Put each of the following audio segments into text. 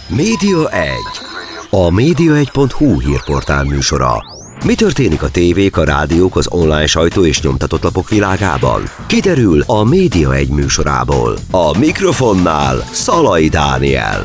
Média 1. A média1.hu hírportál műsora. Mi történik a tévék, a rádiók, az online sajtó és nyomtatott lapok világában? Kiderül a Média 1 műsorából. A mikrofonnál Szalai Dániel.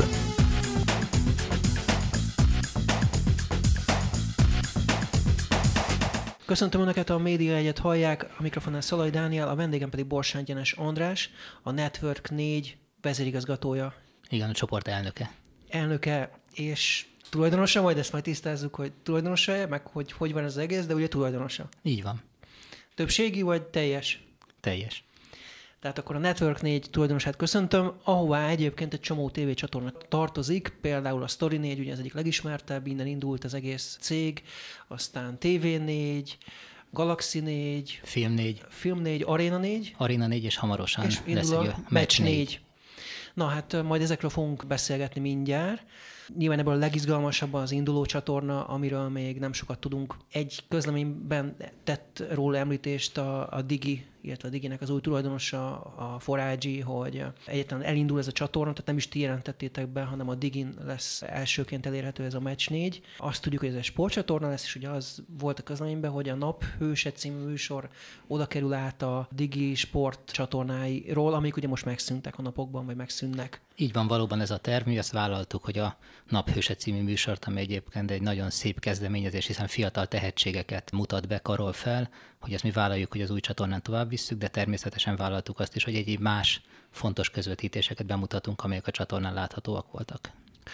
Köszöntöm Önöket, a Média 1-et hallják, a mikrofonnál Szalai Dániel, a vendégem pedig Borsány Gyenes András, a Network 4 vezérigazgatója. Igen, a csoport elnöke. Elnöke és tulajdonosa, majd ezt majd tisztázzuk, hogy tulajdonosa-e, meg hogy van ez az egész, de ugye tulajdonosa. Így van. Többségi vagy teljes? Teljes. Tehát akkor a Network 4 tulajdonosát köszöntöm, ahová egyébként egy csomó tévécsatorna tartozik, például a Story 4, ugye ez egyik legismertebb, innen indult az egész cég, aztán TV4, Galaxy 4, Film 4, Arena 4. Arena 4, és hamarosan és lesz egy Match 4. Na hát majd ezekről fogunk beszélgetni mindjárt. Nyilván ebből a legizgalmasabb az induló csatorna, amiről még nem sokat tudunk. Egy közleményben tett róla említést a Digi, illetve a Diginek az új tulajdonosa, a Forágyi, hogy egyáltalán elindul ez a csatorna, tehát nem is ti jelentettétek be, hanem a Digin lesz elsőként elérhető ez a Match 4. Azt tudjuk, hogy ez egy sportcsatorna lesz, és ugye az volt a közleményben, hogy a Naphőse című műsor oda kerül át a Digi sport csatornáiról, amik ugye most megszűntek a napokban, vagy megszűnnek. Így van, valóban ez a terv. Mi azt vállaltuk, hogy a Naphőse című műsort, ami egyébként egy nagyon szép kezdeményezés, hiszen fiatal tehetségeket mutat be, karol fel, hogy ezt mi vállaljuk, hogy az új csatornán tovább visszük, de természetesen vállaltuk azt is, hogy egyéb más fontos közvetítéseket bemutatunk, amelyek a csatornán láthatóak voltak.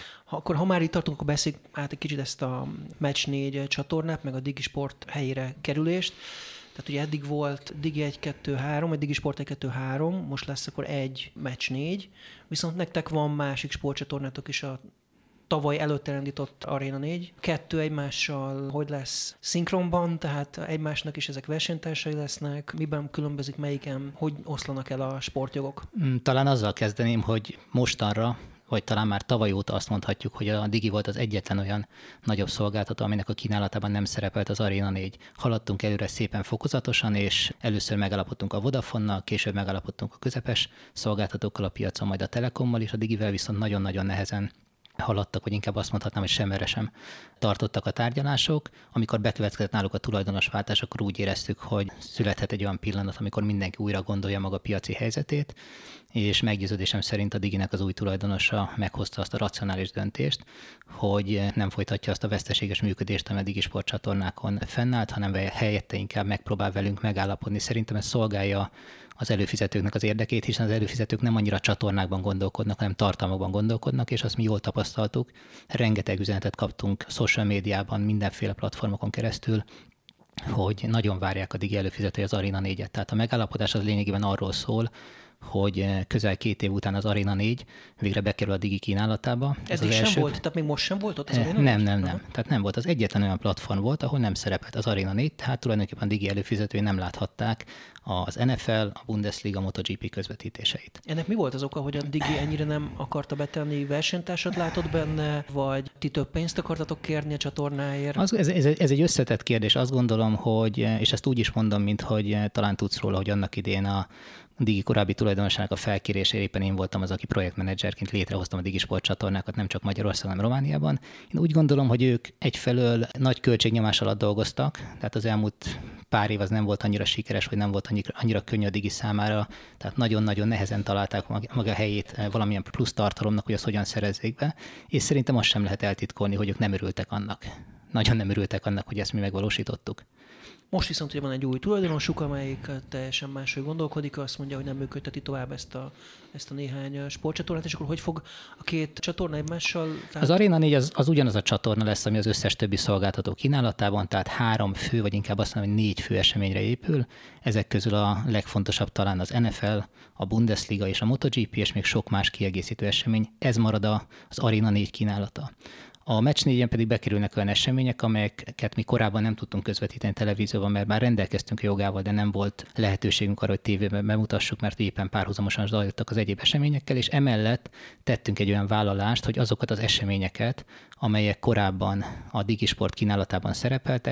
Ha már itt tartunk, akkor beszéljük át egy kicsit ezt a Match 4 csatornát, meg a Digi Sport helyére kerülést. Tehát ugye eddig volt Digi 1-2-3, vagy Digi Sport 1-2-3, most lesz akkor egy Match 4, viszont nektek van másik sportcsatornátok is, a tavaly előtt elindított Arena 4. Kettő egymással hogy lesz szinkronban, tehát egymásnak is ezek versenytársai lesznek, miben különbözik melyiken, hogy oszlanak el a sportjogok? Talán azzal kezdeném, hogy mostanra, vagy talán már tavaly óta azt mondhatjuk, hogy a Digi volt az egyetlen olyan nagyobb szolgáltató, aminek a kínálatában nem szerepelt az Arena 4. Haladtunk előre szépen fokozatosan, és először megállapodtunk a Vodafonnal, később megállapodtunk a közepes szolgáltatókkal a piacon, majd a Telekommal, és a Digivel viszont nagyon-nagyon nehezen haladtak, vagy inkább azt mondhatnám, hogy semmerre sem tartottak a tárgyalások. Amikor bekövetkezett náluk a tulajdonosváltás, akkor úgy éreztük, hogy születhet egy olyan pillanat, amikor mindenki újra gondolja maga piaci helyzetét, és meggyőződésem szerint a Diginek az új tulajdonosa meghozta azt a racionális döntést, hogy nem folytatja azt a veszteséges működést, ami a Digi sportcsatornákon fennállt, hanem helyette inkább megpróbál velünk megállapodni. Szerintem ez szolgálja az előfizetőknek az érdekét, hiszen az előfizetők nem annyira csatornákban gondolkodnak, hanem tartalmakban gondolkodnak, és azt mi jól tapasztaltuk. Rengeteg üzenetet kaptunk social médiában, mindenféle platformokon keresztül, hogy nagyon várják a Digi előfizetői az Arena 4-et. Tehát a megállapodás az lényegében arról szól, hogy közel 2 év után az Arena 4 végre bekerül a Digi kínálatába. Ez az sem volt? Tehát még most sem volt ott az Arena 4? Nem. Tehát nem volt. Az egyetlen olyan platform volt, ahol nem szerepelt az Arena 4, tehát tulajdonképpen a Digi előfizetői nem láthatták az NFL, a Bundesliga, a MotoGP közvetítéseit. Ennek mi volt az oka, hogy a Digi ennyire nem akarta betenni, versenytársat látott benne, vagy ti több pénzt akartatok kérni a csatornáért? Ez egy összetett kérdés. Azt gondolom, hogy, és ezt úgy is mondom, mint hogy talán tudsz róla, hogy annak idén a Digi korábbi tulajdonosának a felkérésére éppen én voltam az, aki projektmenedzserként létrehoztam a Digi sportcsatornákat, nem csak Magyarországon, hanem Romániában. Én úgy gondolom, hogy ők egyfelől nagy költségnyomás alatt dolgoztak, tehát az elmúlt pár év az nem volt annyira sikeres, vagy nem volt annyira könnyű a Digi számára, tehát nagyon-nagyon nehezen találták maga helyét valamilyen plusz tartalomnak, hogy azt hogyan szerezzék be, és szerintem azt sem lehet eltitkolni, hogy ők nem örültek annak. Nagyon nem örültek annak, hogy ezt mi megvalósítottuk. Most viszont ugye van egy új tulajdonosuk, amelyik teljesen máshogy gondolkodik, azt mondja, hogy nem működteti tovább ezt a néhány sportcsatornát, és akkor hogy fog a két csatorna egymással? Az Arena 4 az ugyanaz a csatorna lesz, ami az összes többi szolgáltató kínálatában, tehát 3 fő, vagy inkább azt mondom, hogy 4 fő eseményre épül. Ezek közül a legfontosabb talán az NFL, a Bundesliga és a MotoGP, és még sok más kiegészítő esemény. Ez marad az Arena 4 kínálata. A Match 4-en pedig bekerülnek olyan események, amelyeket mi korábban nem tudtunk közvetíteni televízióban, mert már rendelkeztünk a jogával, de nem volt lehetőségünk arra, hogy tévében bemutassuk, mert éppen párhuzamosan zajlottak az egyéb eseményekkel, és emellett tettünk egy olyan vállalást, hogy azokat az eseményeket, amelyek korábban a Digi Sport kínálatában szerepeltek,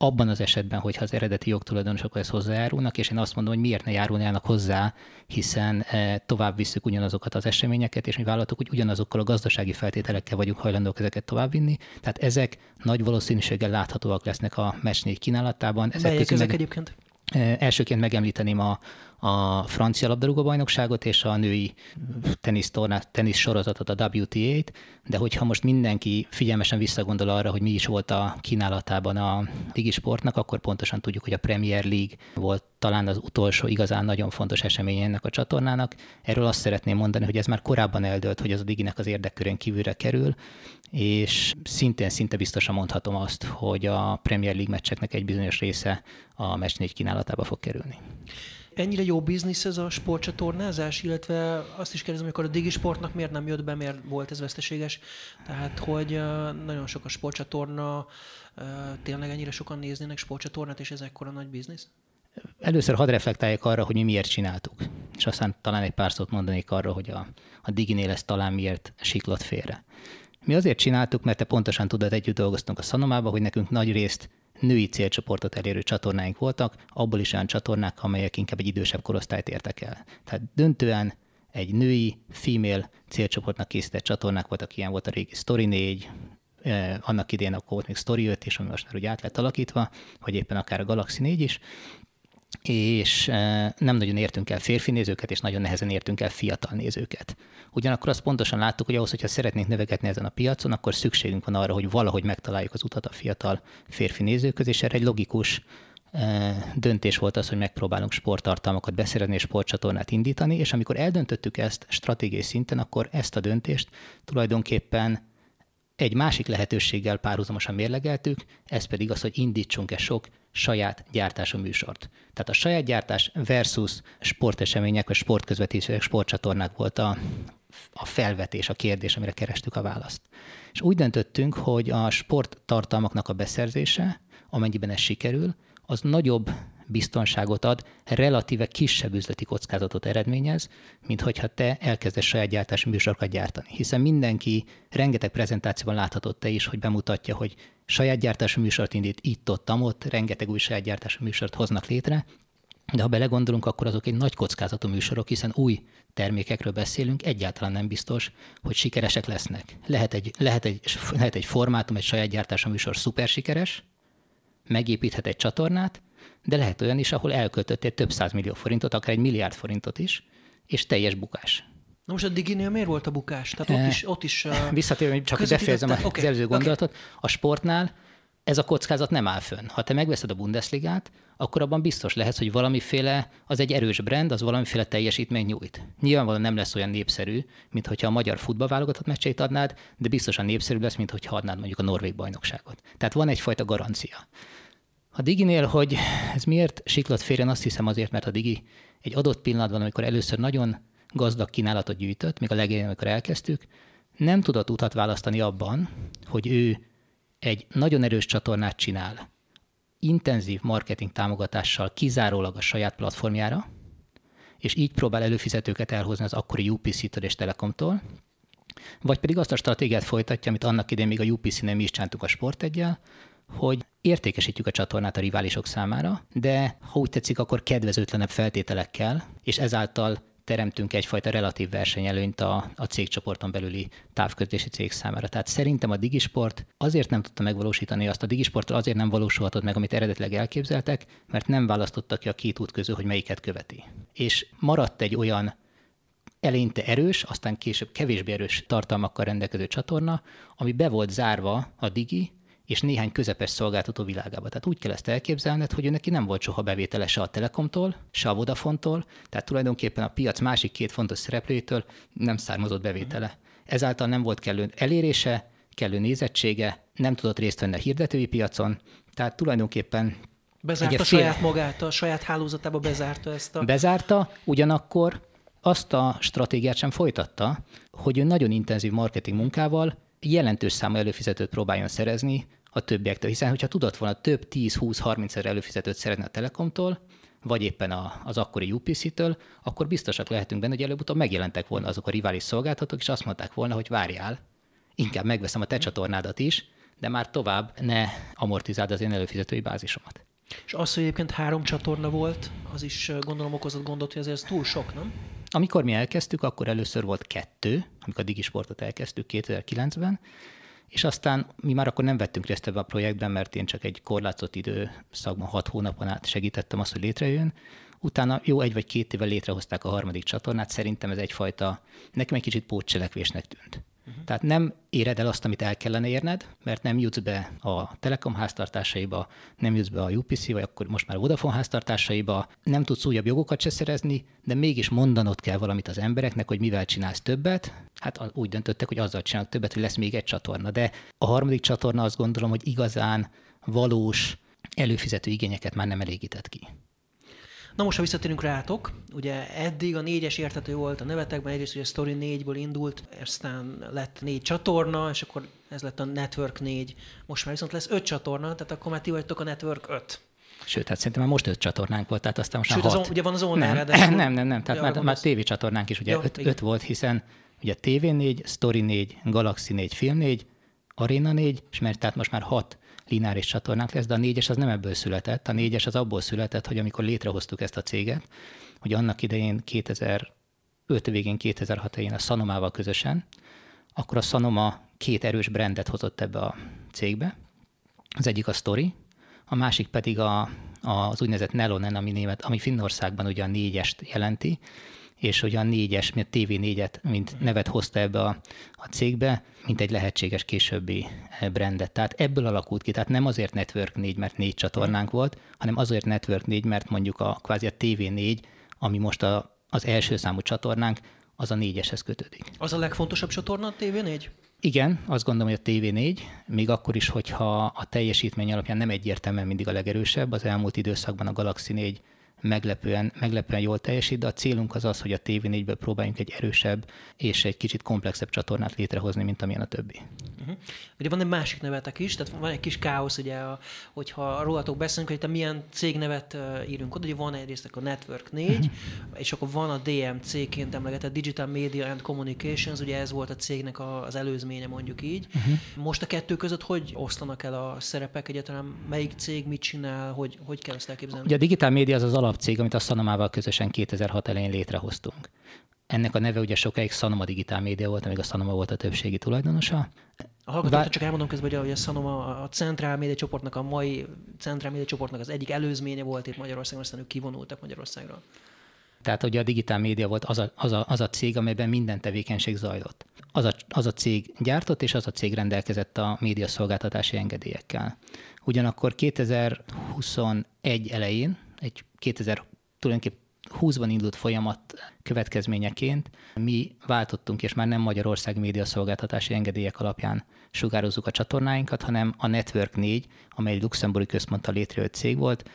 abban az esetben, hogyha az eredeti jogtulajdonosok ezt hozzájárulnak, és én azt mondom, hogy miért ne járulnának hozzá, hiszen tovább visszük ugyanazokat az eseményeket, és mi vállalatok úgy ugyanazokkal a gazdasági feltételekkel vagyunk hajlandók ezeket továbbvinni. Tehát ezek nagy valószínűséggel láthatóak lesznek a Match 4 kínálatában. Melyek ezek egyébként? Elsőként megemlíteném a francia labdarúgó-bajnokságot és a női tenisz sorozatot, a WTA-t, de hogyha most mindenki figyelmesen visszagondol arra, hogy mi is volt a kínálatában a ligisportnak, akkor pontosan tudjuk, hogy a Premier League volt talán az utolsó igazán nagyon fontos esemény ennek a csatornának. Erről azt szeretném mondani, hogy ez már korábban eldőlt, hogy az a Diginek az érdekkörén kívülre kerül, és szinte biztosan mondhatom azt, hogy a Premier League meccseknek egy bizonyos része a Match 4 kínálatába fog kerülni. Ennyire jó biznisz ez a sportcsatornázás, illetve azt is kérdezem, hogy akkor a Digisportnak miért nem jött be, miért volt ez veszteséges? Tehát, hogy nagyon sok a sportcsatorna, tényleg ennyire sokan néznének sportcsatornát, és ez ekkora nagy biznisz? Először hadd reflektáljak arra, hogy mi miért csináltuk, és aztán talán egy pár szót mondanék arra, hogy a Diginél ez talán miért siklott félre. Mi azért csináltuk, mert te pontosan tudod, együtt dolgoztunk a Sanomába, hogy nekünk nagy részt női célcsoportot elérő csatornáink voltak, abból is olyan csatornák, amelyek inkább egy idősebb korosztályt értek el. Tehát döntően egy női, female célcsoportnak készített csatornák voltak, ilyen volt a régi Story 4, annak idején akkor volt még Story 5 is, ami most már úgy át lett alakítva, vagy éppen akár a Galaxy 4 is, és nem nagyon értünk el férfi nézőket, és nagyon nehezen értünk el fiatal nézőket. Ugyanakkor azt pontosan láttuk, hogy ahhoz, hogyha szeretnénk növekedni ezen a piacon, akkor szükségünk van arra, hogy valahogy megtaláljuk az utat a fiatal férfi nézőköz, és erre egy logikus döntés volt az, hogy megpróbálunk sporttartalmakat beszerezni és sportcsatornát indítani, és amikor eldöntöttük ezt stratégiai szinten, akkor ezt a döntést tulajdonképpen egy másik lehetőséggel párhuzamosan mérlegeltük, ez pedig az, hogy indítsunk-e sok saját gyártású műsort. Tehát a saját gyártás versus sportesemények, vagy sportközvetítések, sportcsatornák volt a felvetés, a kérdés, amire kerestük a választ. És úgy döntöttünk, hogy a sporttartalmaknak a beszerzése, amennyiben ez sikerül, az nagyobb biztonságot ad, relatíve kisebb üzleti kockázatot eredményez, mint hogyha te elkezdesz saját gyártású műsorokat gyártani. Hiszen mindenki rengeteg prezentációban láthatott te is, hogy bemutatja, hogy saját gyártású műsort indít itt-ott, rengeteg új saját gyártású műsort hoznak létre, de ha belegondolunk, akkor azok egy nagy kockázatú műsorok, hiszen új termékekről beszélünk, egyáltalán nem biztos, hogy sikeresek lesznek. Lehet egy formátum, egy saját gyártású műsor szuper sikeres, megépíthet egy csatornát, de lehet olyan is, ahol elköltöttél több 100 millió forintot, akár 1 milliárd forintot is, és teljes bukás. Na most a Diginél miért volt a bukás? Tehát ott is visszatérve, csak hogy befejezem az előző gondolatot. A sportnál ez a kockázat nem áll fönn. Ha te megveszed a Bundesligát, akkor abban biztos lehetsz, hogy valamiféle, az egy erős brand, az valamiféle teljesítmény nyújt. Nyilvánvalóan nem lesz olyan népszerű, mint hogyha a magyar futballválogatott meccseit adnád, de biztosan népszerű lesz, mint hogyha adnád mondjuk a norvég bajnokságot. Tehát van egyfajta garancia. A Diginél, hogy ez miért siklott félre, azt hiszem azért, mert a Digi egy adott pillanatban, amikor először nagyon gazdag kínálatot gyűjtött, még a legelején, amikor elkezdtük, nem tudott utat választani abban, hogy ő egy nagyon erős csatornát csinál, intenzív marketing támogatással kizárólag a saját platformjára, és így próbál előfizetőket elhozni az akkori UPC-től és Telekomtól, vagy pedig azt a stratégiát folytatja, amit annak idején még a UPC-nél mi is csináltuk a Sport1-jel, hogy értékesítjük a csatornát a riválisok számára, de ha úgy tetszik, akkor kedvezőtlenebb feltételekkel, és ezáltal teremtünk egyfajta relatív versenyelőnyt a cégcsoporton belüli távközlési cég számára. Tehát szerintem a Digisport azért nem tudta megvalósítani azt, a Digisporttal azért nem valósulhatott meg, amit eredetileg elképzeltek, mert nem választottak ki a két út közül, hogy melyiket követi. És maradt egy olyan eleinte erős, aztán később kevésbé erős tartalmakkal rendelkező csatorna, ami be volt zárva a Digi és néhány közepes szolgáltató világába. Tehát úgy kell ezt elképzelned, hogy neki nem volt soha bevétele se a Telekomtól, se a Vodafontól, tehát tulajdonképpen a piac másik két fontos szereplőjétől nem származott bevétele. Ezáltal nem volt kellő elérése, kellő nézettsége, nem tudott részt venni a hirdetői piacon, tehát tulajdonképpen bezárta saját magát, a saját hálózatába bezárta ezt a... Bezárta, ugyanakkor azt a stratégiát sem folytatta, hogy ő nagyon intenzív marketing munkával jelentős számú előfizetőt próbáljon szerezni a többiektől, hiszen hogyha tudott volna több 10-20-30 ezer előfizetőt szerezni a Telekomtól, vagy éppen az akkori UPC-től, akkor biztosak lehetünk benne, hogy előbb-utóbb megjelentek volna azok a rivális szolgáltatók, és azt mondták volna, hogy várjál, inkább megveszem a te csatornádat is, de már tovább ne amortizáld az én előfizetői bázisomat. És az, hogy egyébként 3 csatorna volt, az is gondolom okozott gondot, hogy azért ez túl sok, nem? Amikor mi elkezdtük, akkor először volt 2, amikor a Digisportot elkezdtük 2009-ben, és aztán mi már akkor nem vettünk részt ebben a projektben, mert én csak egy korlátozott időszakban 6 hónapon át segítettem azt, hogy létrejön. Utána jó 1 vagy 2 évvel létrehozták a harmadik csatornát, szerintem ez egyfajta, nekem egy kicsit pótcselekvésnek tűnt. Tehát nem éred el azt, amit el kellene érned, mert nem jutsz be a Telekom háztartásaiba, nem jutsz be a UPC, vagy akkor most már Vodafone háztartásaiba, nem tudsz újabb jogokat se szerezni, de mégis mondanod kell valamit az embereknek, hogy mivel csinálsz többet. Hát úgy döntöttek, hogy azzal csinálnak többet, hogy lesz még egy csatorna. De a harmadik csatorna azt gondolom, hogy igazán valós előfizető igényeket már nem elégített ki. Na most, ha visszatérünk rátok, ugye eddig a 4-es érthető volt a nevetekben, egyrészt ugye a Story 4-ből indult, aztán lett 4 csatorna, és akkor ez lett a Network 4. Most már viszont lesz 5 csatorna, tehát akkor már ti vagytok a Network 5. Sőt, hát szerintem már most 5 csatornánk volt, tehát aztán most már 6. Ugye van az online, Nem, tehát már tévécsatornánk is ugye 5 volt, hiszen ugye TV4, Story 4, Galaxy 4, Film 4, Arena 4, és tehát most már 6 lineáris csatornánk lesz, de a 4-es az nem ebből született. A 4-es az abból született, hogy amikor létrehoztuk ezt a céget, hogy annak idején 2005 végén, 2006 elején a Sanomával közösen, akkor a Sanoma 2 erős brandet hozott ebbe a cégbe. Az egyik a Story, a másik pedig az úgynevezett Nelonen, ami Finnországban ugye a 4-est jelenti, és ugye a 4-es, a TV4-et, mint nevet hozta ebbe a cégbe, mint egy lehetséges későbbi brandet. Tehát ebből alakult ki, tehát nem azért Network 4, mert 4 csatornánk volt, hanem azért Network 4, mert mondjuk kvázi a TV4, ami most az első számú csatornánk, az a 4-eshez kötődik. Az a legfontosabb csatorna a TV4? Igen, azt gondolom, hogy a TV4, még akkor is, hogyha a teljesítmény alapján nem egyértelműen mindig a legerősebb, az elmúlt időszakban a Galaxy 4 meglepően jól teljesít, de a célunk az, hogy a TV4-ből próbáljunk egy erősebb és egy kicsit komplexebb csatornát létrehozni, mint amilyen a többi. Ugye van egy másik nevetek is, tehát van egy kis káosz, ugye, hogyha rólatok beszélünk, hogy te milyen cégnevet írunk oda, ugye van egyrészt a Network 4, és akkor van a DMC-ként emlegetett Digital Media and Communications, ugye ez volt a cégnek az előzménye, mondjuk így. Most a kettő között hogy oszlanak el a szerepek egyáltalán? Melyik cég mit csinál, hogy kell ezt elképzelni? Ugye a Digital Media az alapcég, amit a Sanomával közösen 2006 elején létrehoztunk. Ennek a neve ugye sokáig Sanoma Digital Media volt, amíg a Sanoma volt a többségi tulajdonosa. A hallgatóknak csak elmondom közben, hogy a Sanoma a Centrál Média csoportnak, a mai Centrál Média csoportnak az egyik előzménye volt itt Magyarországon, aztán ők kivonultak Magyarországról. Tehát ugye a Digital Media volt az a cég, amelyben minden tevékenység zajlott. Az a cég gyártott, és az a cég rendelkezett a médiaszolgáltatási engedélyekkel. Ugyanakkor 2021 elején, tulajdonképpen 20-ban indult folyamat következményeként mi váltottunk, és már nem Magyarország médiaszolgáltatási engedélyek alapján sugározzuk a csatornáinkat, hanem a Network 4, amely egy luxemburgi központtal létrejött cég volt,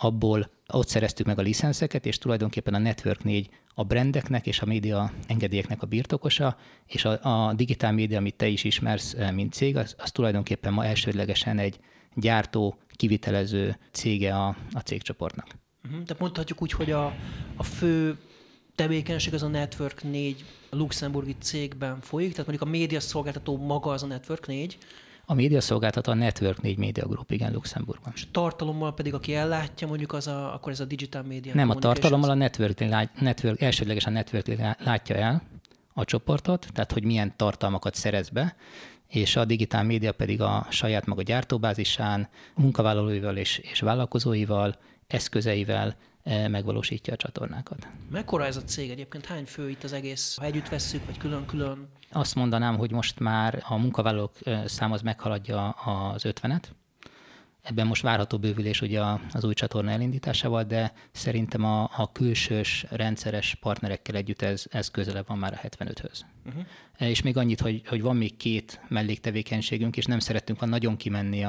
ott szereztük meg a licenszeket, és tulajdonképpen a Network 4 a brandeknek és a média engedélyeknek a birtokosa, és a Digital Media, amit te is ismersz, mint cég, az tulajdonképpen ma elsődlegesen egy gyártó, kivitelező cége a cégcsoportnak. Tehát mondhatjuk úgy, hogy a fő tevékenység az a Network 4 luxemburgi cégben folyik, tehát mondjuk a médiaszolgáltató maga az a Network 4. A médiaszolgáltató a Network 4 Media Group, igen, Luxemburgban. És tartalommal pedig, aki ellátja, mondjuk akkor ez a Digital Media. Nem, a tartalommal a Network elsődlegesen a Network látja el a csoportot, tehát hogy milyen tartalmakat szerez be, és a Digital Media pedig a saját maga gyártóbázisán, munkavállalóival és vállalkozóival, eszközeivel megvalósítja a csatornákat. Mekkora ez a cég egyébként? Hány fő itt az egész? Ha együtt vesszük, vagy külön-külön? Azt mondanám, hogy most már a munkavállalók száma az meghaladja az 50-et. Ebben most várható bővülés ugye az új csatorna elindításával, de szerintem a külsős, rendszeres partnerekkel együtt ez közelebb van már a 75-höz. És még annyit, hogy van még 2 melléktevékenységünk, és nem szerettünk nagyon kimenni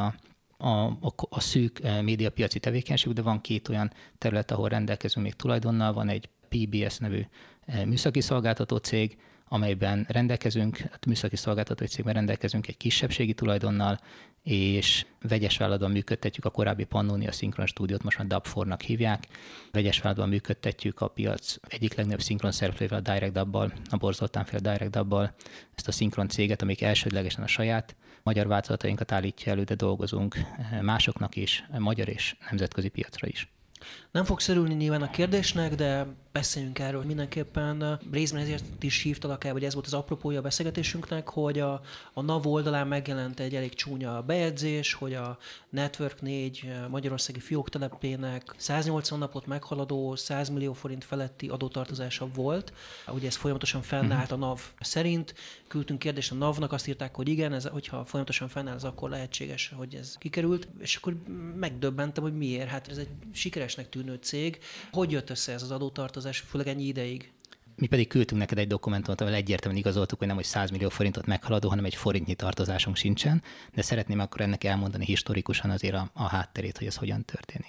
a szűk médiapiaci tevékenység, de van 2 olyan terület, ahol rendelkezünk még tulajdonnal, van egy PBS nevű műszaki szolgáltató cég, amelyben rendelkezünk, műszaki szolgáltatói cégben rendelkezünk egy kisebbségi tulajdonnal, és vegyes vállalatban működtetjük a korábbi Pannonia szinkron stúdiót, most már Dub4-nak hívják. Vegyes vállalatban működtetjük a piac egyik legnagyobb szinkron szereplővel, a Direct Dubbal, a Boros Zoltán-féle Direct Dubbal, ezt a szinkron céget, amelyik elsődlegesen a saját magyar változatainkat állítja elő, de dolgozunk másoknak is, magyar és nemzetközi piacra is. Nem fog szerülni nyilván a kérdésnek, de beszéljünk erről mindenképpen. Részben ezért is hívtalak el, vagy ez volt az apropója a beszélgetésünknek, hogy a NAV oldalán megjelent egy elég csúnya bejegyzés, hogy a Network 4 magyarországi fióktelepének 180 napot meghaladó 100 millió forint feletti adótartozása volt. Ugye ez folyamatosan fennállt a NAV szerint. Küldtünk kérdést a NAV-nak, azt írták, hogy igen, ez, hogyha folyamatosan fennáll, az akkor lehetséges, hogy ez kikerült. És akkor megdöbbentem, hogy miért. Hát ez egy sikeresnek tűnő cég. Hogy jött össze ez az adótartozás, főleg ennyi ideig? Mi pedig küldtünk neked egy dokumentumot, ahol egyértelműen igazoltuk, hogy nem, hogy 100 millió forintot meghaladó, hanem egy forintnyi tartozásunk sincsen, de szeretném akkor ennek elmondani historikusan azért a hátterét, hogy ez hogyan történik.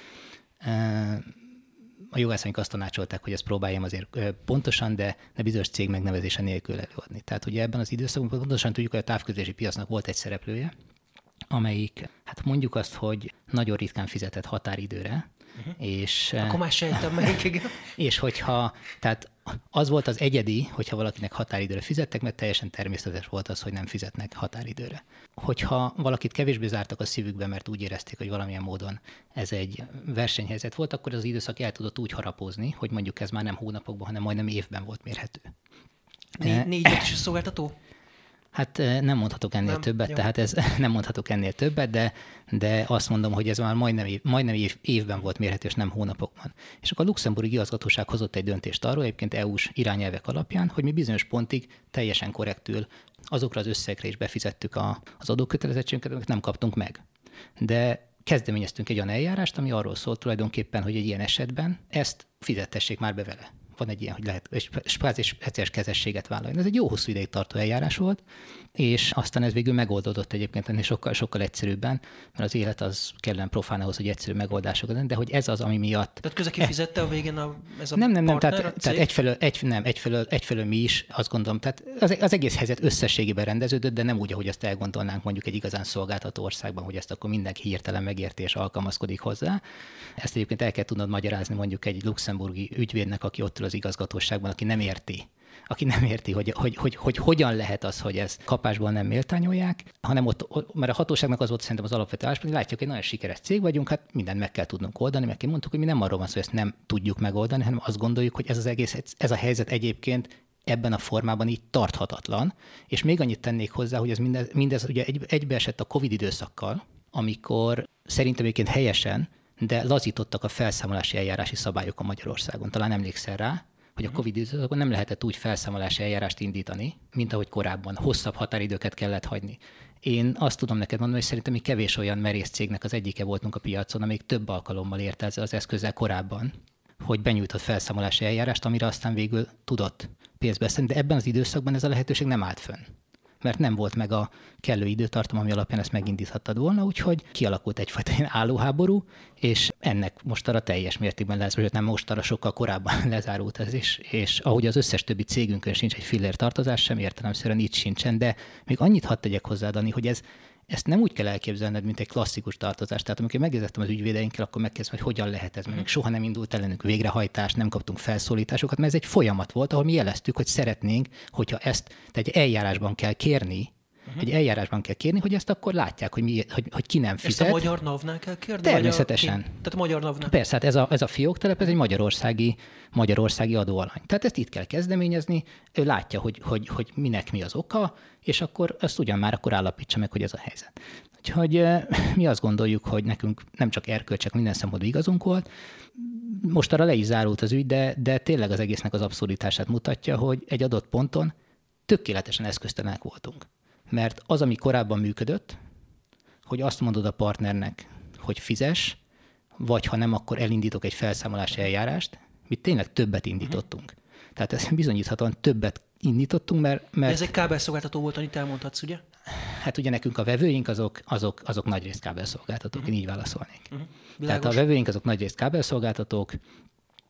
A jogászaink azt tanácsolták, hogy ezt próbáljam azért pontosan, de bizonyos cég megnevezése nélkül előadni. Tehát ugye ebben az időszakban pontosan tudjuk, hogy a távközlési piacnak volt egy szereplője, amelyik, hát mondjuk azt, hogy nagyon ritkán fizetett határidőre, és... Akkor már sejtem melyik, igen. És hogyha, tehát az volt az egyedi, hogyha valakinek határidőre fizettek, mert teljesen természetes volt az, hogy nem fizetnek határidőre. Hogyha valakit kevésbé zártak a szívükbe, mert úgy érezték, hogy valamilyen módon ez egy versenyhelyzet volt, akkor az időszak el tudott úgy harapózni, hogy mondjuk ez már nem hónapokban, hanem majdnem évben volt mérhető. Négy is a szolgáltató? Hát nem mondhatok ennél többet, jó. Tehát ez nem mondhatok ennél többet, de azt mondom, hogy ez már majdnem évben volt mérhető, és nem hónapokban. És akkor a luxemburgi igazgatóság hozott egy döntést arról, egyébként EU-s irányelvek alapján, hogy mi bizonyos pontig teljesen korrektül azokra az összegekre is befizettük az adókötelezettségünket, amit nem kaptunk meg. De kezdeményeztünk egy olyan eljárást, ami arról szólt tulajdonképpen, hogy egy ilyen esetben ezt fizettessék már be vele. Van egy ilyen, hogy lehet speciális kezességet vállalni. Ez egy jó hosszú ideig tartó eljárás volt, és aztán ez végül megoldódott egyébként ennél sokkal egyszerűbben, mert az élet az kellene profán ahhoz, hogy egyszerű megoldások legyen, de hogy ez az, ami miatt... Tehát közben kifizette a végén ez a nem, tehát egyfelől mi is, azt gondolom, tehát az egész helyzet összességében rendeződött, de nem úgy, ahogy azt elgondolnánk mondjuk egy igazán szolgáltató országban, hogy ezt akkor mindenki hirtelen megérti és alkalmazkodik hozzá. Ezt egyébként el kell tudnod magyarázni mondjuk egy luxemburgi ügyvédnek, aki ott ül az igazgatóságban, aki nem érti, hogy hogyan lehet az, hogy ezt kapásból nem méltányolják, hanem ott, mert a hatóságnak az volt szerintem az alapvető álláspont, hogy látjuk, hogy nagyon sikeres cég vagyunk, hát mindent meg kell tudnunk oldani, meg mondtuk, hogy mi nem arról van szó, hogy ezt nem tudjuk megoldani, hanem azt gondoljuk, hogy ez a helyzet egyébként ebben a formában így tarthatatlan, és még annyit tennék hozzá, hogy ez mindez ugye egybeesett a Covid időszakkal, amikor szerintem egyébként helyesen, de lazítottak a felszámolási eljárási szabályok a Magyarországon. Talán emlékszel rá, hogy a Covid időszakban nem lehetett úgy felszámolási eljárást indítani, mint ahogy korábban. Hosszabb határidőket kellett hagyni. Én azt tudom neked mondani, hogy szerintem mi kevés olyan merész cégnek az egyike voltunk a piacon, amelyik több alkalommal érte az eszközzel korábban, hogy benyújtott felszámolási eljárást, amire aztán végül tudott pénzt beszélni, de ebben az időszakban ez a lehetőség nem állt fönn, mert nem volt meg a kellő időtartam, ami alapján ezt megindíthattad volna, úgyhogy kialakult egyfajta ilyen állóháború, és ennek mostanra teljes mértékben lezárult, nem mostanra, sokkal korábban lezárult ez is, és ahogy az összes többi cégünkön sincs egy fillér tartozás sem, értelemszerűen itt sincsen, de még annyit hadd tegyek hozzá, Dani, hogy ezt nem úgy kell elképzelned, mint egy klasszikus tartozást. Tehát amikor megérzettem az ügyvédeinkkel, akkor megkérdeztem, hogy hogyan lehet ez, mert még soha nem indult ellenünk végrehajtás, nem kaptunk felszólításokat, mert ez egy folyamat volt, ahol mi jeleztük, hogy szeretnénk, hogyha ezt egy eljárásban kell kérni, hogy ezt akkor látják, hogy ki nem fizet. Ezt a magyar NAV-nál kell kérni? Természetesen. Tehát a magyar NAV-nál. Persze, hát ez a fióktelep, ez egy magyarországi adóalany. Tehát ezt itt kell kezdeményezni, ő látja, hogy minek mi az oka, és akkor azt ugyan már akkor állapítsa meg, hogy ez a helyzet. Úgyhogy mi azt gondoljuk, hogy nekünk nem csak erkölcsek, minden szempontból igazunk volt. Most arra le is zárult az ügy, de tényleg az egésznek az abszurditását mutatja, hogy egy adott ponton tökéletesen eszköztelenek voltunk. Mert az, ami korábban működött, hogy azt mondod a partnernek, hogy fizess, vagy ha nem, akkor elindítok egy felszámolási eljárást, mi tényleg többet indítottunk. Tehát ez bizonyíthatóan többet indítottunk, mert... Ez egy kábelszolgáltató volt, amit elmondhatsz, ugye? Hát ugye nekünk a vevőink azok nagyrészt kábelszolgáltatók, én így válaszolnék. Tehát a vevőink azok nagyrészt kábelszolgáltatók,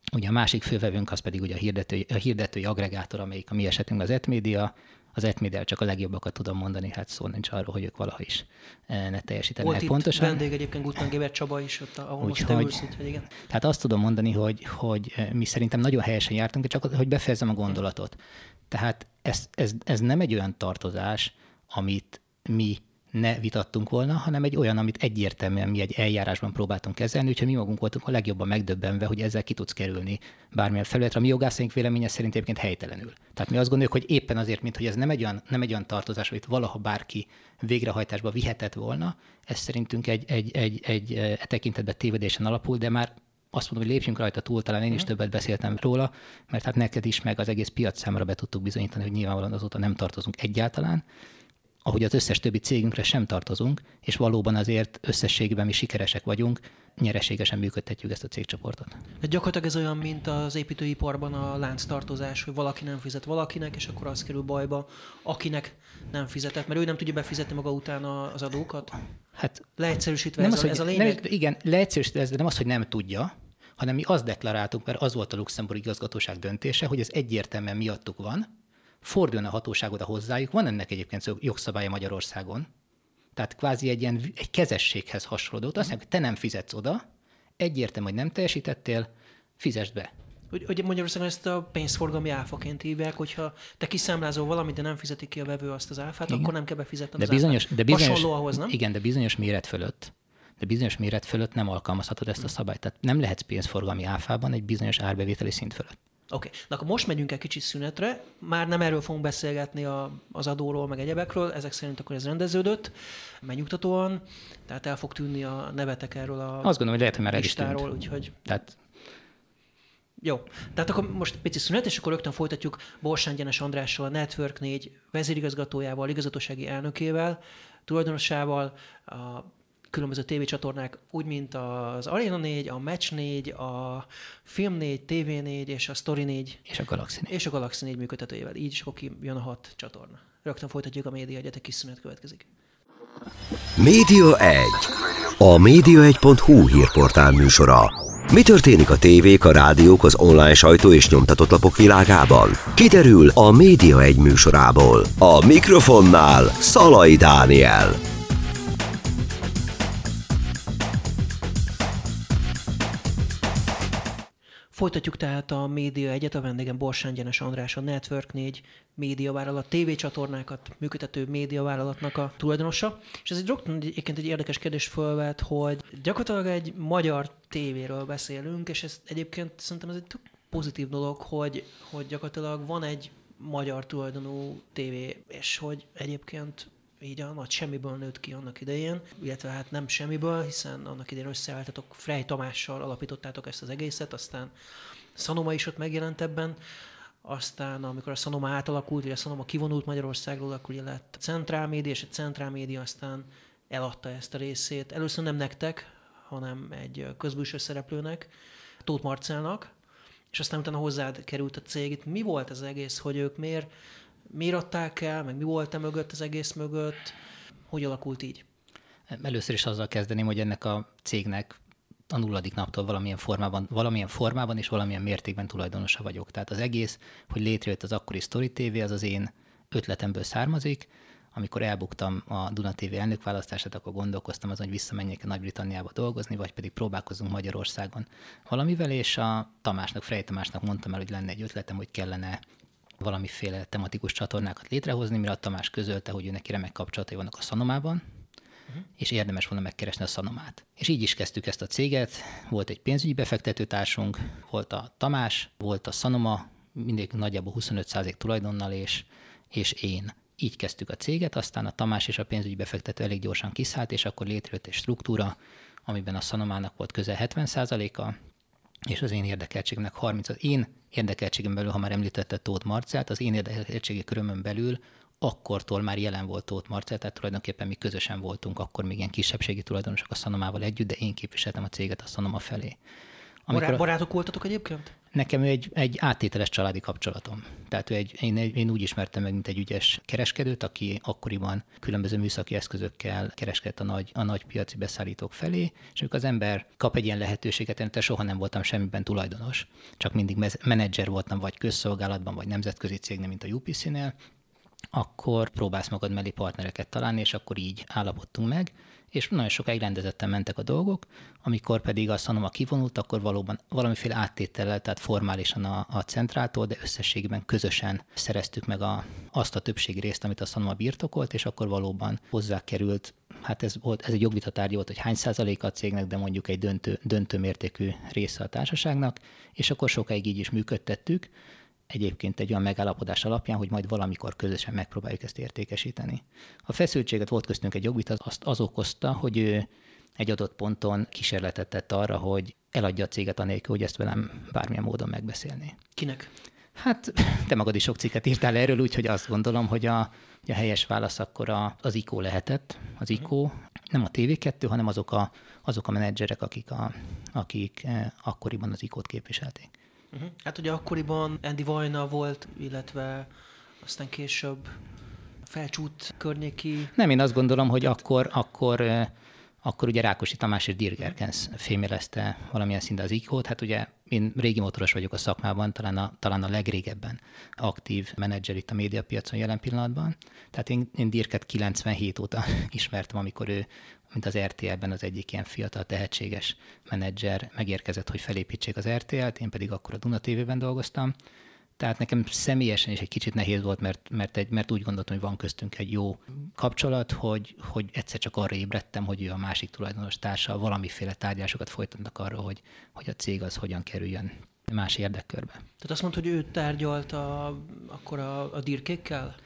Ugye a másik fővevőnk az pedig ugye a hirdetői agregátor, amelyik a mi esetünkben az Etmédia. Az Etmédia csak a legjobbakat tudom mondani, hát szó nincs arról, hogy ők valaha is ne teljesítenek pontosan. Volt itt vendég egyébként Guttengéber Csaba is, ott, ahol most te ülsz, úgyhogy igen. Tehát azt tudom mondani, hogy mi szerintem nagyon helyesen jártunk, csak hogy befejezzem a gondolatot. Tehát ez nem egy olyan tartozás, amit mi ne vitattunk volna, hanem egy olyan, amit egyértelműen mi egy eljárásban próbáltunk kezelni, úgyhogy mi magunk voltunk a legjobban megdöbbenve, hogy ezzel ki tudsz kerülni bármilyen felületre. A mi jogászaink véleménye szerint egyébként helytelenül. Tehát mi azt gondoljuk, hogy éppen azért, mint hogy ez nem egy olyan tartozás, amit valaha bárki végrehajtásba vihetett volna, ez szerintünk egy tekintetben tévedésen alapul, de már azt mondom, hogy lépjünk rajta túl, talán én is többet beszéltem róla, mert hát neked is, meg az egész piac számára be tudtuk bizonyítani, hogy nyilvánvalóan azóta nem tartozunk egyáltalán, ahogy az összes többi cégünkre sem tartozunk, és valóban azért összességében mi sikeresek vagyunk, nyereségesen működtetjük ezt a cégcsoportot. De gyakorlatilag ez olyan, mint az építőiparban a lánctartozás, hogy valaki nem fizet valakinek, és akkor az kerül bajba, akinek nem fizetett, mert ő nem tudja befizetni maga után az adókat. Hát leegyszerűsítve nem ez a lényeg? Igen, leegyszerűsítve ez, de nem az, hogy nem tudja, hanem mi azt deklaráltuk, mert az volt a Luxemburgi igazgatóság döntése, hogy ez egyértelműen miattuk van, forduljon a hatóság oda hozzájuk, van ennek egyébként jogszabálya Magyarországon, tehát kvázi egy kezességhez hasonló. Azt mondják, hogy te nem fizetsz oda, egyértelmű, hogy nem teljesítettél, fizesd be. Hogy Magyarországon ezt a pénzforgalmi áfaként hívják, hogyha te kiszámlázol valamit, de nem fizeti ki a vevő azt az áfát, igen, akkor nem kell befizetni az áfát. Hasonló ahhoz, nem? Igen, de bizonyos méret fölött nem alkalmazhatod ezt a szabályt. Tehát nem lehetsz pénzforgalmi áfában egy bizonyos árbevételi szint fölött. Oké. Na akkor most megyünk egy kicsit szünetre, már nem erről fogunk beszélgetni az adóról, meg egyebekről, ezek szerint akkor ez rendeződött, megnyugtatóan, tehát el fog tűnni a nevetek erről a azt gondolom, hogy lehet, hogy már listáról, el is tűnt. Úgyhogy... Tehát... Jó, tehát akkor most pici szünet, és akkor rögtön folytatjuk Borsán Gyenes Andrással, a Network 4 vezérigazgatójával, igazgatósági elnökével, tulajdonosával, a különböző tévécsatornák, úgy, mint az Arena 4, a Match 4, a Film 4, TV 4 és a Story 4. És a Galaxy 4. És a Galaxy 4 működtetőjével. Így is akkor jön a 6 csatorna. Rögtön folytatjuk a Média 1-et, egy kis szünet következik. Média 1. A média1.hu hírportál műsora. Mi történik a tévék, a rádiók, az online sajtó és nyomtatott lapok világában? Kiderül a Média 1 műsorából. A mikrofonnál Szalai Dániel. Folytatjuk tehát a Média 1-et, a vendégem Borsán Gyenes András, a Network 4 médiavállalat, tévécsatornákat működtető médiavállalatnak a tulajdonosa. És ez egyébként egy érdekes kérdést fölvet, hogy gyakorlatilag egy magyar tévéről beszélünk, és ez egyébként szerintem ez egy tök pozitív dolog, hogy gyakorlatilag van egy magyar tulajdonú tévé, és hogy egyébként így a nagy semmiből nőtt ki annak idején, illetve hát nem semmiből, hiszen annak idején összeálltatok, Frey Tamással alapítottátok ezt az egészet, aztán Sanoma is ott megjelent ebben, aztán amikor a Sanoma átalakult, vagy a Sanoma kivonult Magyarországról, akkor lett Centrál Média, és a Centrál Média aztán eladta ezt a részét. Először nem nektek, hanem egy közbülső szereplőnek, Tóth Marcellnak, és aztán utána hozzád került a cég. Itt mi volt ez az egész, hogy ők miért adták el, meg mi volt mögött az egész mögött, hogy alakult így? Először is azzal kezdeném, hogy ennek a cégnek a nulladik naptól valamilyen formában és valamilyen mértékben tulajdonosa vagyok. Tehát az egész, hogy létrejött az akkori Story TV, az én ötletemből származik. Amikor elbuktam a Duna TV elnökválasztását, akkor gondolkoztam azon, hogy visszamenjek a Nagy-Britanniába dolgozni, vagy pedig próbálkozunk Magyarországon valamivel, és a Frey Tamásnak mondtam el, hogy lenne egy ötletem, hogy kellene valamiféle tematikus csatornákat létrehozni, mire a Tamás közölte, hogy ő neki remek kapcsolatai vannak a Sanomában, és érdemes volna megkeresni a Sanomát. És így is kezdtük ezt a céget, volt egy pénzügyi befektetőtársunk, volt a Tamás, volt a Sanoma, mindig nagyjából 25% tulajdonnal, és én. Így kezdtük a céget, aztán a Tamás és a pénzügyi befektető elég gyorsan kiszállt, és akkor létrejött egy struktúra, amiben a Sanomának volt közel 70%-a, és az én érdekeltségemnek 30%. Az én érdekeltségem belül, ha már említette Tóth Marcellt, az én érdekeltségi körömön belül akkortól már jelen volt Tóth Marcell, tehát tulajdonképpen mi közösen voltunk, akkor még ilyen kisebbségi tulajdonosok a Sanomával együtt, de én képviseltem a céget a Sanoma felé. Barátok voltatok egyébként? Nekem ő egy áttételes családi kapcsolatom. Tehát én úgy ismertem meg, mint egy ügyes kereskedőt, aki akkoriban különböző műszaki eszközökkel kereskedett a nagy piaci beszállítók felé, és amikor az ember kap egy ilyen lehetőséget, én soha nem voltam semmiben tulajdonos, csak mindig menedzser voltam, vagy közszolgálatban, vagy nemzetközi cégnél, mint a UPC-nél, akkor próbálsz magad mellé partnereket találni, és akkor így állapodtunk meg, és nagyon sokáig rendezetten mentek a dolgok, amikor pedig a Sanoma kivonult, akkor valóban valamiféle áttétellel, tehát formálisan a centrától, de összességében közösen szereztük meg azt a többségi részt, amit a Sanoma birtokolt, és akkor valóban hozzákerült, hát ez egy jogvitatárgya volt, hogy hány százaléka a cégnek, de mondjuk egy döntő mértékű része a társaságnak, és akkor sokáig így is működtettük, egyébként egy olyan megállapodás alapján, hogy majd valamikor közösen megpróbáljuk ezt értékesíteni. A feszültséget volt köztünk egy jogvita, az okozta, hogy ő egy adott ponton kísérletet tett arra, hogy eladja a céget anélkül, hogy ezt velem bármilyen módon megbeszélné. Kinek? Hát te magad is sok cikket írtál erről, úgyhogy azt gondolom, hogy a helyes válasz akkor az ICO lehetett. Az ICO, nem a TV2, hanem azok a menedzserek, akik akkoriban az ICO-t képviselték. Hát ugye akkoriban Andy Vajna volt, illetve aztán később Felcsút környéki... Nem, én azt gondolom, hogy akkor ugye Rákosi Tamás és Dirk Gerkens fémjelezte valamilyen szinten az ICO-t. Hát ugye én régi motoros vagyok a szakmában, talán a legrégebben aktív menedzser itt a médiapiacon jelen pillanatban. Tehát én Dirket 97 óta ismertem, amikor ő, mint az RTL-ben az egyik ilyen fiatal, tehetséges menedzser megérkezett, hogy felépítsék az RTL-t, én pedig akkor a Duna TV-ben dolgoztam. Tehát nekem személyesen is egy kicsit nehéz volt, mert úgy gondoltam, hogy van köztünk egy jó kapcsolat, hogy egyszer csak arra ébredtem, hogy ő a másik tulajdonos társa valamiféle tárgyásokat folytatnak arra, hogy a cég az hogyan kerüljön más érdekkörbe. Tehát azt mondta, hogy ő tárgyalt akkor a Dirkékkel?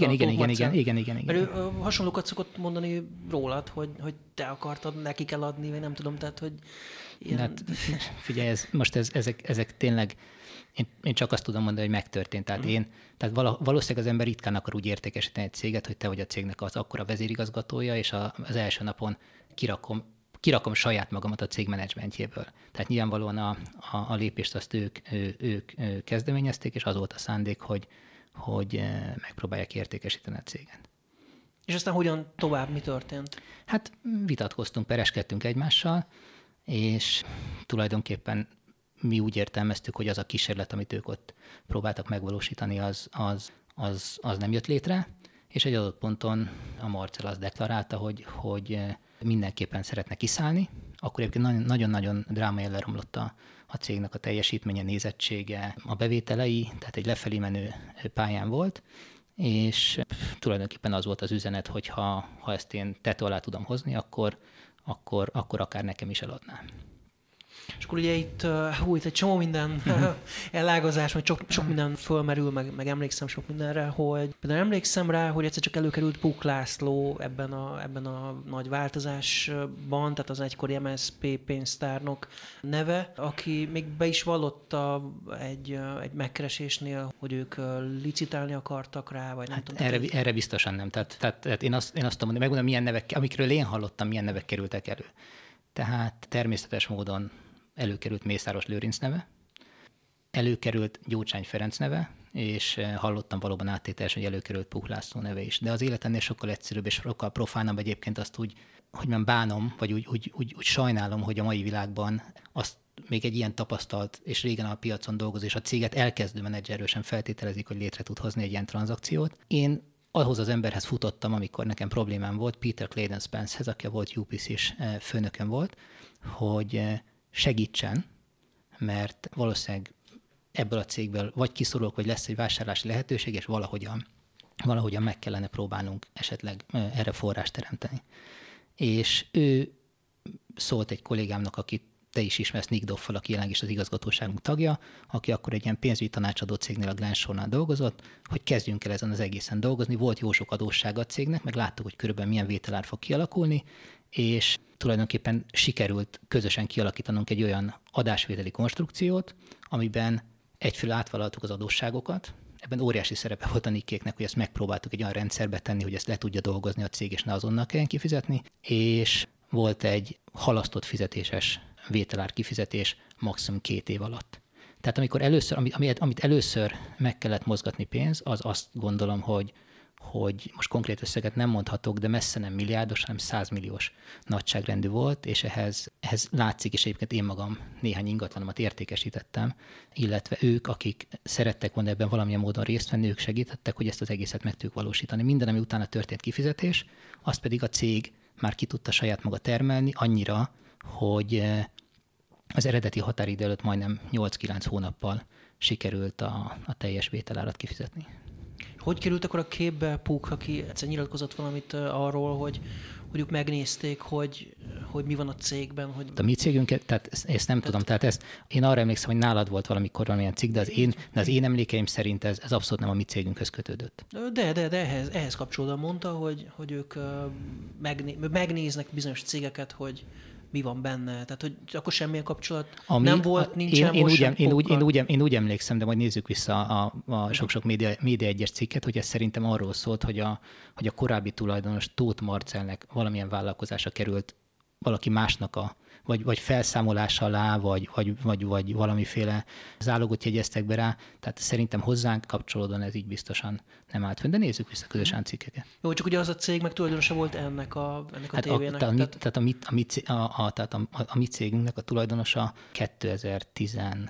Igen. Mert ő hasonlókat szokott mondani rólad, hogy te akartad nekik eladni, vagy nem tudom, tehát hogy ilyen... Hát, figyelj, ezek tényleg, én csak azt tudom mondani, hogy megtörtént. Tehát valószínűleg az ember ritkán akar úgy értékesíteni egy céget, hogy te vagy a cégnek az akkora vezérigazgatója, és az első napon kirakom saját magamat a cég menedzsmentjéből. Tehát nyilvánvalóan a lépést azt ők kezdeményezték, és az volt a szándék, hogy megpróbálják értékesíteni a céget. És aztán hogyan tovább, mi történt? Hát vitatkoztunk, pereskedtünk egymással, és tulajdonképpen mi úgy értelmeztük, hogy az a kísérlet, amit ők ott próbáltak megvalósítani, az nem jött létre, és egy adott ponton a Marcell azt deklarálta, hogy mindenképpen szeretne kiszállni. Akkor egyébként nagyon-nagyon drámaian leromlott a cégnek a teljesítménye, nézettsége, a bevételei, tehát egy lefelé menő pályán volt, és tulajdonképpen az volt az üzenet, hogy ha ezt én tető alá tudom hozni, akkor akár nekem is eladnám. És akkor ugye itt egy csomó minden elágazás, vagy sok minden fölmerül, meg emlékszem sok mindenre, hogy például emlékszem rá, hogy egyszer csak előkerült Puk László ebben a nagy változásban, tehát az egykori MSZP pénztárnok neve, aki még be is vallotta egy megkeresésnél, hogy ők licitálni akartak rá, vagy nem tudom. Erre biztosan nem. Tehát én azt tudom mondani, megmondom, milyen nevek, amikről én hallottam, milyen nevek kerültek elő. Tehát természetes módon előkerült Mészáros Lőrinc neve, előkerült Gyurcsány Ferenc neve, és hallottam valóban áttételes, hogy előkerült Puk László neve is. De az életennél sokkal egyszerűbb és sokkal profánabb egyébként azt úgy, hogy nem bánom, vagy úgy sajnálom, hogy a mai világban azt még egy ilyen tapasztalt és régen a piacon dolgozó, és a céget elkezdő menedzserről sem feltételezik, hogy létre tud hozni egy ilyen tranzakciót. Én ahhoz az emberhez futottam, amikor nekem problémám volt, Peter Clayton Spence-hez, aki a volt UPC-s főnökön volt, hogy segítsen, mert valószínűleg ebből a cégből vagy kiszorulok, vagy lesz egy vásárlási lehetőség, és valahogyan meg kellene próbálnunk esetleg erre forrást teremteni. És ő szólt egy kollégámnak, akit te is ismersz, Nick Doffal, aki jelenleg is az igazgatóságunk tagja, aki akkor egy ilyen pénzügyi tanácsadó cégnél, a Glenshore-nál dolgozott, hogy kezdjünk el ezen az egészen dolgozni. Volt jó sok adóssága a cégnek, meg láttuk, hogy körülbelül milyen vételár fog kialakulni, és tulajdonképpen sikerült közösen kialakítanunk egy olyan adásvételi konstrukciót, amiben egyfelől átvállaltuk az adósságokat, ebben óriási szerepe volt a Nickéknek, hogy ezt megpróbáltuk egy olyan rendszerbe tenni, hogy ezt le tudja dolgozni a cég, és ne azonnal kelljen kifizetni, és volt egy halasztott fizetéses vételár kifizetés maximum 2 év alatt. Tehát amikor először, amit először meg kellett mozgatni pénz, az azt gondolom, hogy most konkrét összeget nem mondhatok, de messze nem milliárdos, hanem 100 milliós nagyságrendű volt, és ehhez látszik, és egyébként én magam néhány ingatlanomat értékesítettem, illetve ők, akik szerettek volna ebben valamilyen módon részt venni, ők segítettek, hogy ezt az egészet meg tudjuk valósítani. Minden, ami utána történt kifizetés, azt pedig a cég már ki tudta saját maga termelni annyira, hogy az eredeti határidő előtt majdnem 8-9 hónappal sikerült a teljes vételárat kifizetni. Hogy került akkor a képbe Puk, aki egyszer nyilatkozott valamit arról, hogy ők megnézték, hogy mi van a cégben? Hogy... A mi cégünket, tehát ezt nem tudom, tehát én arra emlékszem, hogy nálad volt valamikor valamilyen cikk, de az én emlékeim szerint ez abszolút nem a mi cégünkhöz kötődött. De ehhez kapcsolódóan mondta, hogy ők megnéznek bizonyos cégeket, hogy mi van benne. Tehát, hogy akkor semmilyen kapcsolat nem volt, nincsen most én úgy emlékszem, de majd nézzük vissza a sok-sok média egyes cikket, hogy ez szerintem arról szólt, hogy a korábbi tulajdonos Tóth Marcellnek valamilyen vállalkozása került valaki másnak vagy felszámolás alá, vagy valamiféle zálogot jegyeztek be rá. Tehát szerintem hozzánk kapcsolódóan ez így biztosan nem állt fönn, de nézzük vissza közösen cikkeket. Jó, csak ugye az a cég meg tulajdonosa volt ennek a tévének. Tehát a mi cégünknek a tulajdonosa 2017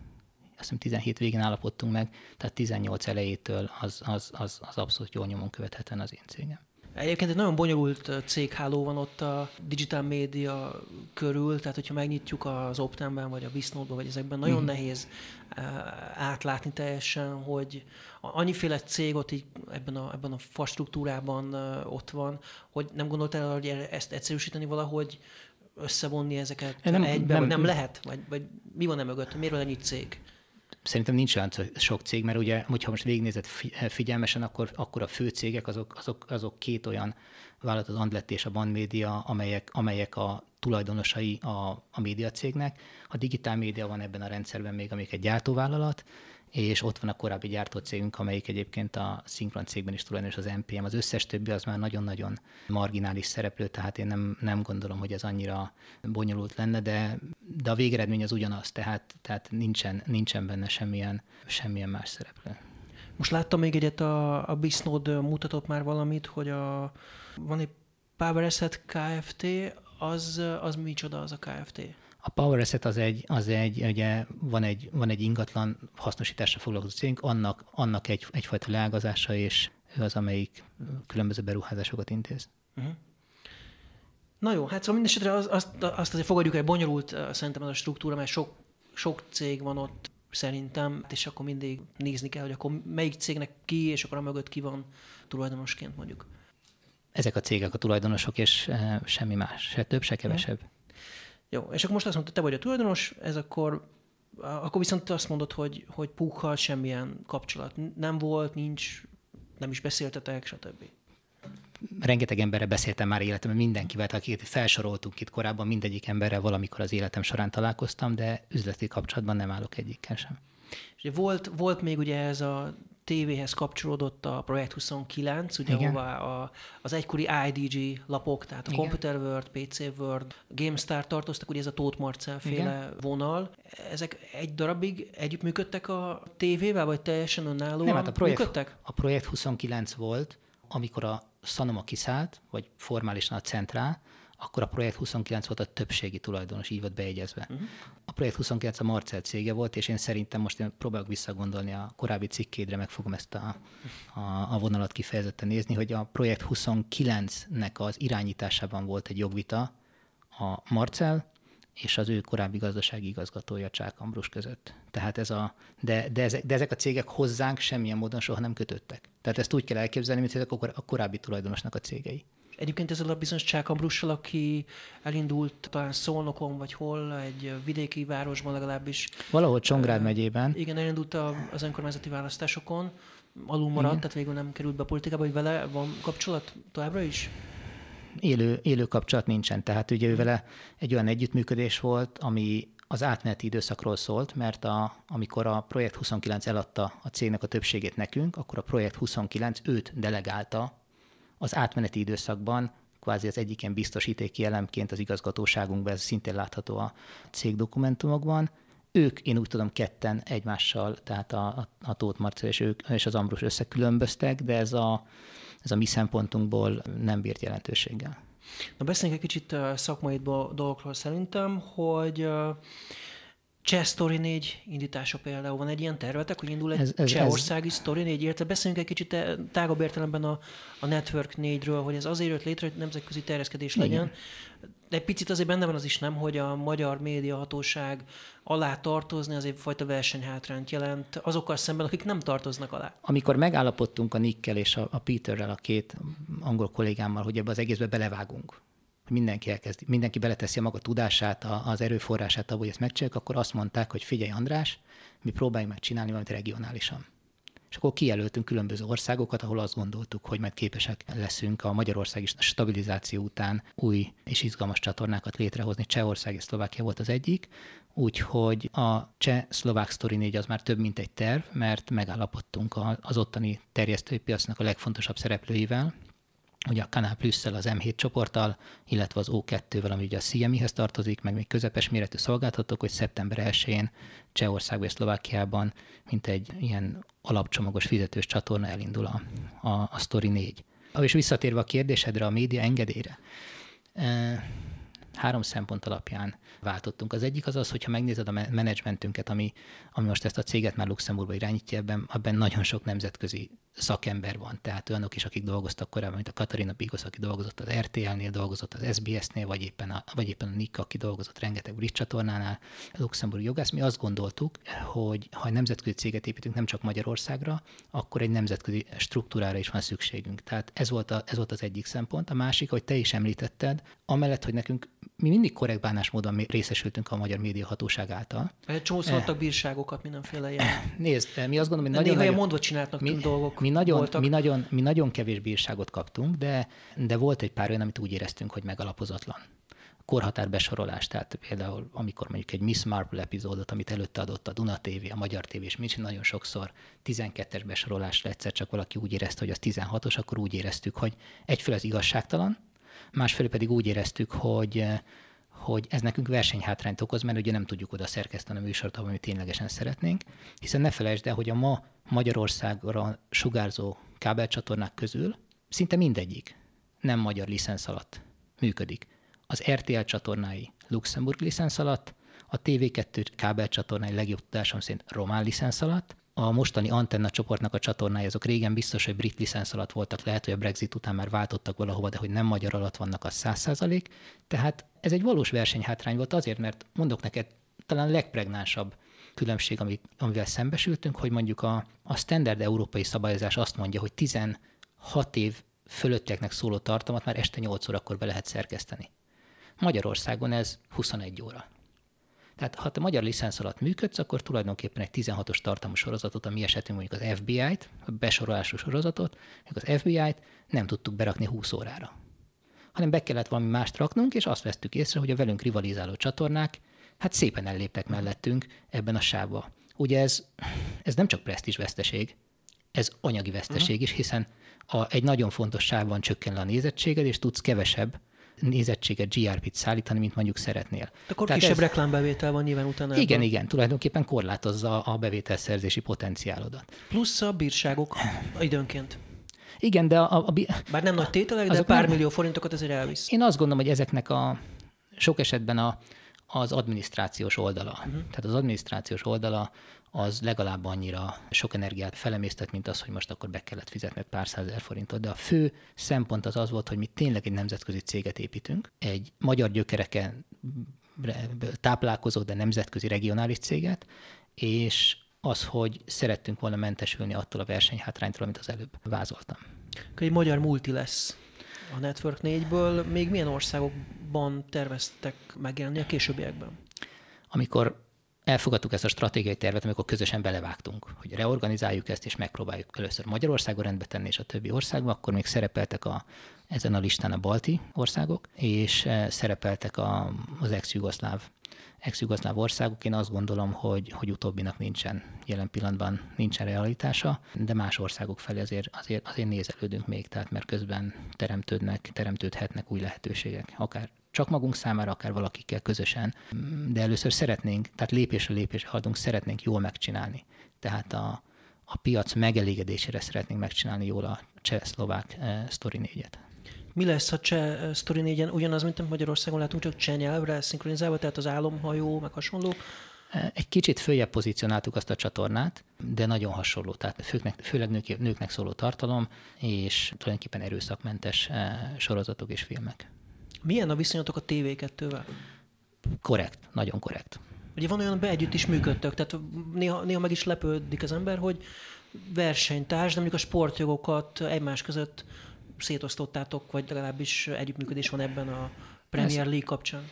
végén állapodtunk meg, tehát 18 elejétől az abszolút jól nyomon követhetően az én cégem. Egyébként egy nagyon bonyolult cégháló van ott a digital média körül, tehát hogyha megnyitjuk az Optenben, vagy a Bisnode-ban, vagy ezekben, nagyon nehéz átlátni teljesen, hogy annyiféle cég ott így ebben a fastruktúrában ott van, hogy nem gondoltál, hogy ezt egyszerűsíteni valahogy, összevonni ezeket egybe, vagy nem lehet? Vagy mi van mögött? Miért van ennyi cég? Szerintem nincs olyan sok cég, mert ugye, hogyha most végignézed figyelmesen, akkor a fő cégek azok két olyan vállalat, az Andlet és a Band Média, amelyek a tulajdonosai a médiacégnek. A Digitál Média van ebben a rendszerben még, amelyik egy gyártóvállalat, és ott van a korábbi gyártócégünk, amelyik egyébként a Szinkron cégben is tulajdonos, az MPM. Az összes többi az már nagyon-nagyon marginális szereplő, tehát én nem gondolom, hogy ez annyira bonyolult lenne, de a végeredmény az ugyanaz, tehát nincsen benne semmilyen más szereplő. Most láttam még egyet, a Bisnode mutatott már valamit, hogy van egy Power Asset Kft., az micsoda az a Kft.? A Power Asset ugye van egy ingatlan hasznosításra foglalkozó cégünk, annak egyfajta leágazása, és ő az, amelyik különböző beruházásokat intéz. Uh-huh. Na jó, hát szóval mindesetre azt azért fogadjuk el, bonyolult szerintem ez a struktúra, mert sok cég van ott szerintem, és akkor mindig nézni kell, hogy akkor melyik cégnek ki, és akkor a mögött ki van tulajdonosként mondjuk. Ezek a cégek a tulajdonosok, és semmi más, se több, se kevesebb. Uh-huh. Jó, és akkor most azt mondtad, te vagy a tulajdonos, ez akkor viszont azt mondod, hogy Pukkal semmilyen kapcsolat nem volt, nincs, nem is beszéltetek, stb. Rengeteg emberrel beszéltem már életemben, mindenkivel, akiket felsoroltunk itt korábban, mindegyik emberrel valamikor az életem során találkoztam, de üzleti kapcsolatban nem állok egyikkel sem. És volt még ugye ez a tévéhez kapcsolódott a Projekt 29, ugye ahová az egykori IDG lapok, tehát a igen. Computer World, PC World, GameStar tartoztak, ugye ez a Tóth Marcell féle vonal. Ezek egy darabig együttműködtek a tévével, vagy teljesen önállóan nem, hát működtek? A Projekt 29 volt, amikor a Sanoma kiszállt, vagy formálisan a Centrál, akkor a Projekt 29 volt a többségi tulajdonos, így volt bejegyezve. Uh-huh. A Projekt 29 a Marcell cége volt, és én szerintem most én próbálok visszagondolni a korábbi cikkédre, meg fogom ezt a vonalat kifejezetten nézni, hogy a Projekt 29-nek az irányításában volt egy jogvita a Marcell és az ő korábbi gazdasági igazgatója Csák Ambrus között. Tehát de ezek a cégek hozzánk semmilyen módon soha nem kötöttek. Tehát ezt úgy kell elképzelni, mint ezek a korábbi tulajdonosnak a cégei. Egyébként ezzel a bizonyos Csák Ambrussal, aki elindult talán Szolnokon, vagy hol, egy vidéki városban legalábbis. Valahol Csongrád megyében. Igen, elindult az önkormányzati választásokon, alul maradt, igen. Tehát végül nem került be a politikába, hogy vele van kapcsolat továbbra is? Élő kapcsolat nincsen. Tehát ugye ő vele egy olyan együttműködés volt, ami az átmeneti időszakról szólt, mert amikor a Projekt 29 eladta a cégnek a többségét nekünk, akkor a Projekt 29 őt delegálta az átmeneti időszakban kvázi az egyik ilyen biztosítéki elemként az igazgatóságunkban, ez szintén látható a cég dokumentumokban. Ők, én úgy tudom, ketten egymással, tehát a Tóth Marcell és az Ambrus összekülönböztek, de ez a mi szempontunkból nem bírt jelentőséggel. Na beszéljünk egy kicsit szakmai dolgokról szerintem, hogy Cseh Story 4 indítása például van egy ilyen tervetek, hogy indul egy csehországi Story 4, illetve beszéljünk egy kicsit tágabb értelemben a Network 4-ről, hogy ez azért jött létre, hogy nemzetközi terjeszkedés legyen. De egy picit azért benne van az is, nem, hogy a magyar médiahatóság alá tartozni az egyfajta versenyhátrányt jelent azokkal szemben, akik nem tartoznak alá. Amikor megállapodtunk a Nickkel és a Peterrel, a két angol kollégámmal, hogy ebbe az egészbe belevágunk, mindenki beleteszi a maga tudását, az erőforrását abba, hogy ezt megcsináljuk, akkor azt mondták, hogy figyelj András, mi próbáljuk meg csinálni valamit regionálisan. És akkor kijelöltünk különböző országokat, ahol azt gondoltuk, hogy majd képesek leszünk a magyarországi stabilizáció után új és izgalmas csatornákat létrehozni. Csehország és Szlovákia volt az egyik, úgyhogy a cseh-szlovák Story 4 az már több, mint egy terv, mert megállapodtunk az ottani terjesztőpiacnak a legfontosabb szereplőivel, ugye a Canal Plusszel, az M7 csoporttal, illetve az O2-vel, ami ugye a CMI-hez tartozik, meg még közepes méretű szolgáltatók, hogy szeptember 1-én Csehországban és Szlovákiában, mint egy ilyen alapcsomagos fizetős csatorna elindul a Story 4. És visszatérve a kérdésedre, a média engedélyre, 3 szempont alapján váltottunk. Az egyik az, hogyha megnézed a menedzsmentünket, ami most ezt a céget már Luxemburgba irányítja, ebben nagyon sok nemzetközi szakember van. Tehát olyanok is, akik dolgoztak korábban, mint a Katarina Bigos, aki dolgozott az RTL-nél, dolgozott az SBS-nél, vagy éppen a Nick, aki dolgozott rengeteg brit csatornánál, luxemburgi jogász. Mi azt gondoltuk, hogy ha egy nemzetközi céget építünk nem csak Magyarországra, akkor egy nemzetközi struktúrára is van szükségünk. Tehát ez volt az egyik szempont. A másik, hogy te is említetted, amellett, hogy nekünk mi mindig korrekt bánásmódon részesültünk a magyar médiahatóság által. Csomószoltak bírságokat mindenféle ilyen. Nézd, mi azt gondolom, hogy néha mondva csináltnak dolgok mi nagyon kevés bírságot kaptunk, de volt egy pár olyan, amit úgy éreztünk, hogy megalapozatlan. Korhatár besorolás, tehát például amikor mondjuk egy Miss Marple epizódot, amit előtte adott a Duna TV, a Magyar TV, és mi is nagyon sokszor 12-es besorolásra egyszer csak valaki úgy érezte, hogy az 16-os, akkor úgy éreztük, hogy egyfelől az igazságtalan, másfelől pedig úgy éreztük, hogy ez nekünk versenyhátrányt okoz, mert ugye nem tudjuk oda szerkeszteni a műsort, ahol mi ténylegesen szeretnénk, hiszen ne felejtsd el, hogy a ma Magyarországra sugárzó kábelcsatornák közül szinte mindegyik nem magyar licensz alatt működik. Az RTL csatornái Luxemburg licensz alatt, a TV2 kábelcsatornái legjobb tudásom szerint román licensz alatt, a mostani Antenna csoportnak a csatornái azok régen biztos, hogy brit licensz alatt voltak, lehet, hogy a Brexit után már váltottak valahova, de hogy nem magyar alatt vannak, az 100%. Tehát ez egy valós versenyhátrány volt azért, mert mondok neked, talán a legpregnánsabb különbség, amivel szembesültünk, hogy mondjuk a standard európai szabályozás azt mondja, hogy 16 év fölöttieknek szóló tartalmat már este 8 órakor be lehet szerkeszteni. Magyarországon ez 21 óra. Tehát ha te magyar licensz alatt működsz, akkor tulajdonképpen egy 16-os tartalmú sorozatot, a mi esetünk mondjuk az FBI-t, a besorolású sorozatot, mondjuk az FBI-t nem tudtuk berakni 20 órára. Hanem be kellett valami mást raknunk, és azt vesztük észre, hogy a velünk rivalizáló csatornák hát szépen elléptek mellettünk ebben a sávba. Ugye ez nem csak presztízs veszteség, ez anyagi veszteség is, hiszen egy nagyon fontos sávban csökken le a nézettséged, és tudsz kevesebb nézettséget, GRP-t szállítani, mint mondjuk szeretnél. Akkor tehát kisebb reklámbevétel van nyilván utána. Igen, tulajdonképpen korlátozza a bevételszerzési potenciálodat. Plusz a bírságok időnként. Igen, de bár nem nagy tételek, de pár millió forintokat azért elvisz. Én azt gondolom, hogy ezeknek sok esetben az adminisztrációs oldala. Tehát az adminisztrációs oldala az legalább annyira sok energiát felemésztett, mint az, hogy most akkor be kellett fizetni pár százezer forintot. De a fő szempont az volt, hogy mi tényleg egy nemzetközi céget építünk, egy magyar gyökereken táplálkozó, de nemzetközi regionális céget, és az, hogy szerettünk volna mentesülni attól a versenyhátránytól, amit az előbb vázoltam. Egy magyar multi lesz a Network 4-ből. Még milyen országokban terveztek megjelenni a későbbiekben? Amikor elfogadtuk ezt a stratégiai tervet, amikor közösen belevágtunk, hogy reorganizáljuk ezt, és megpróbáljuk először Magyarországon rendbe tenni, és a többi országban, akkor még szerepeltek ezen a listán a balti országok, és szerepeltek az ex-jugoszláv ex-jugoszláv országok. Én azt gondolom, hogy utóbbinak jelen pillanatban nincsen realitása, de más országok felé azért nézelődünk még, tehát mert közben teremtődhetnek új lehetőségek, akár csak magunk számára, akár valakikkel közösen, de először tehát lépésre haladunk, szeretnénk jól megcsinálni. Tehát a piac megelégedésére szeretnénk megcsinálni jól a cseh-szlovák Story 4-et. Mi lesz a cseh Story 4-en? Ugyanaz, mint Magyarországon látunk, csak cseh nyelvre szinkronizálva, tehát az álomhajó, meg hasonló? Egy kicsit följebb pozícionáltuk azt a csatornát, de nagyon hasonló, tehát főleg nőknek szóló tartalom, és tulajdonképpen erőszakmentes sorozatok és filmek. Milyen a viszonyatok a TV2-vel? Korrekt, nagyon korrekt. Ugye van olyan, együtt is működtök, tehát néha meg is lepődik az ember, hogy versenytárs, de mondjuk a sportjogokat egymás között szétosztottátok, vagy legalábbis együttműködés van ebben a Premier League kapcsán.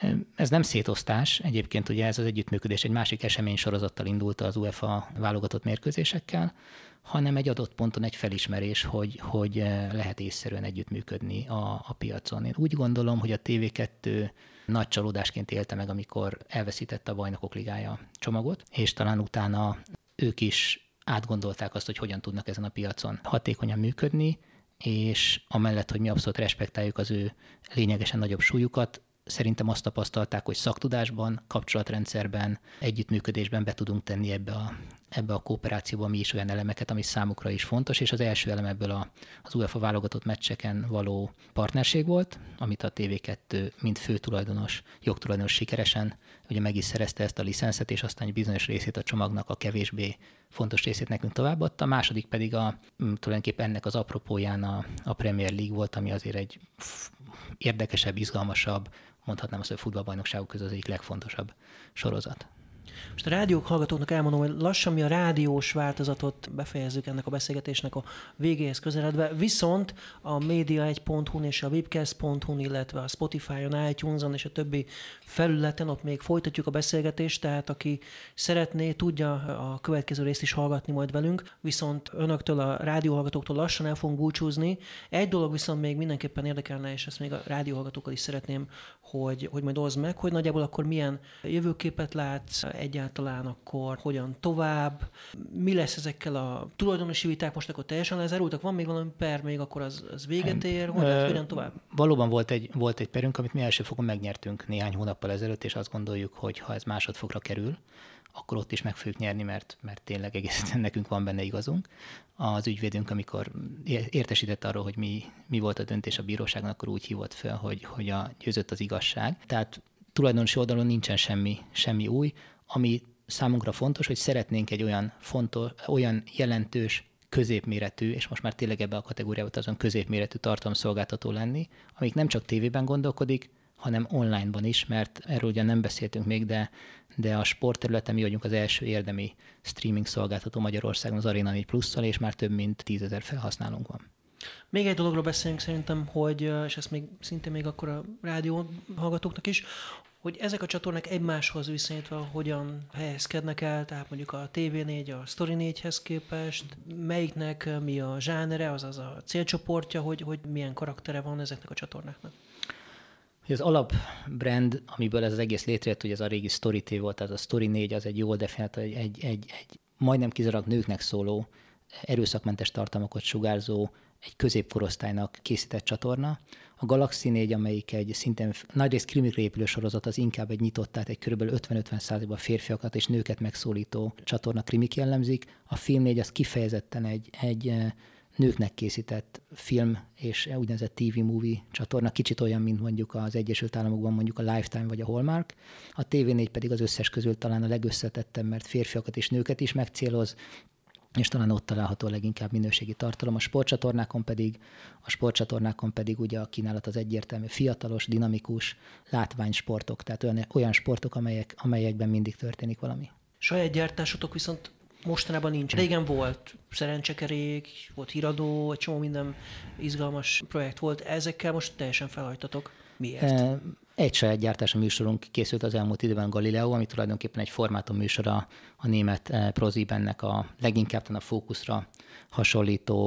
Ez nem szétosztás, egyébként ugye ez az együttműködés egy másik eseménysorozattal indult az UEFA válogatott mérkőzésekkel, hanem egy adott ponton egy felismerés, hogy lehet észszerűen együttműködni a piacon. Én úgy gondolom, hogy a TV2 nagy csalódásként élte meg, amikor elveszítette a Bajnokok Ligája csomagot, és talán utána ők is átgondolták azt, hogy hogyan tudnak ezen a piacon hatékonyan működni, és amellett, hogy mi abszolút respektáljuk az ő lényegesen nagyobb súlyukat, szerintem azt tapasztalták, hogy szaktudásban, kapcsolatrendszerben, együttműködésben be tudunk tenni ebbe a kooperációba mi is olyan elemeket, ami számukra is fontos, és az első elem ebből az UEFA válogatott meccseken való partnerség volt, amit a TV2 mint főtulajdonos, jogtulajdonos sikeresen ugye meg is szerezte ezt a licenszet, és aztán egy bizonyos részét a csomagnak, a kevésbé fontos részét nekünk továbbadta. A második pedig tulajdonképpen ennek az apropóján a Premier League volt, ami azért egy érdekesebb, izgalmasabb, mondhatnám azt, hogy futballbajnokságok között az egyik legfontosabb sorozat. Most a rádiók hallgatóknak elmondom, hogy lassan mi a rádiós változatot befejezzük ennek a beszélgetésnek a végéhez közeledve, viszont a media1.hu-n és a webcast.hu-n, illetve a Spotify-on, iTunes-on és a többi felületen ott még folytatjuk a beszélgetést, tehát aki szeretné, tudja a következő részt is hallgatni majd velünk, viszont önöktől, a rádióhallgatóktól lassan el fogunk búcsúzni. Egy dolog viszont még mindenképpen érdekelne, és ezt még a rádióhallgatókkal is szeretném, hogy majd oszd meg, hogy nagyjából akkor milyen jövőképet látsz, egyáltalán akkor hogyan tovább, mi lesz ezekkel a tulajdonosi viták, most akkor teljesen lezárultak, van még valami per, még akkor az véget ér, hogyan tovább? Valóban volt egy perünk, amit mi első fokon megnyertünk néhány hónappal ezelőtt, és azt gondoljuk, hogy ha ez másodfokra kerül, akkor ott is meg fogjuk nyerni, mert tényleg egészen nekünk van benne igazunk. Az ügyvédünk, amikor értesített arról, hogy mi volt a döntés a bíróságon, akkor úgy hívott fel, hogy győzött az igazság. Tehát tulajdonosi oldalon nincsen semmi új, ami számunkra fontos, hogy szeretnénk egy olyan jelentős, középméretű, és most már tényleg ebbe a kategóriába azon középméretű tartalomszolgáltató lenni, amik nem csak tévében gondolkodik, hanem online-ban is, mert erről ugyan nem beszéltünk még, de a sportterületen mi vagyunk az első érdemi streaming szolgáltató Magyarországon az Arena 4 Plusszal, és már több mint 10 000 felhasználónk van. Még egy dologról beszélünk szerintem, hogy, és ezt szintén még akkor a rádió hallgatóknak is, hogy ezek a csatornák egymáshoz viszonyítva hogyan helyezkednek el, tehát mondjuk a TV4 a Story 4-hez képest, melyiknek mi a zsánere, azaz a célcsoportja, hogy milyen karaktere van ezeknek a csatornáknak. Az alapbrand, amiből ez az egész létrejött, hogy ez a régi Story TV volt, tehát a Story 4 az egy jól definiált, egy majdnem kizárólag nőknek szóló, erőszakmentes tartalmakat sugárzó, egy középkorosztálynak készített csatorna. A Galaxy 4, amelyik egy szintén nagyrészt krimikre épülő sorozat, az inkább egy nyitott, tehát egy kb. 50-50%-ban férfiakat és nőket megszólító csatorna krimik jellemzik. A Film 4 az kifejezetten egy nőknek készített film és úgynevezett TV movie csatorna, kicsit olyan, mint mondjuk az Egyesült Államokban mondjuk a Lifetime vagy a Hallmark. A TV4 pedig az összes közül talán a legösszetettebb, mert férfiakat és nőket is megcéloz, és talán ott található leginkább minőségi tartalom. A sportcsatornákon pedig ugye a kínálat az egyértelmű fiatalos, dinamikus, látványsportok, tehát olyan sportok, amelyekben mindig történik valami. Saját gyártásotok viszont mostanában nincs. Régen volt szerencsekerék, volt híradó, egy csomó minden izgalmas projekt volt. Ezekkel most teljesen felhagytatok. Miért? Egy saját gyártású műsorunk készült az elmúlt időben, a Galileo, ami tulajdonképpen egy formátum műsora a német ProSiebennek a leginkább a Fókuszra hasonlító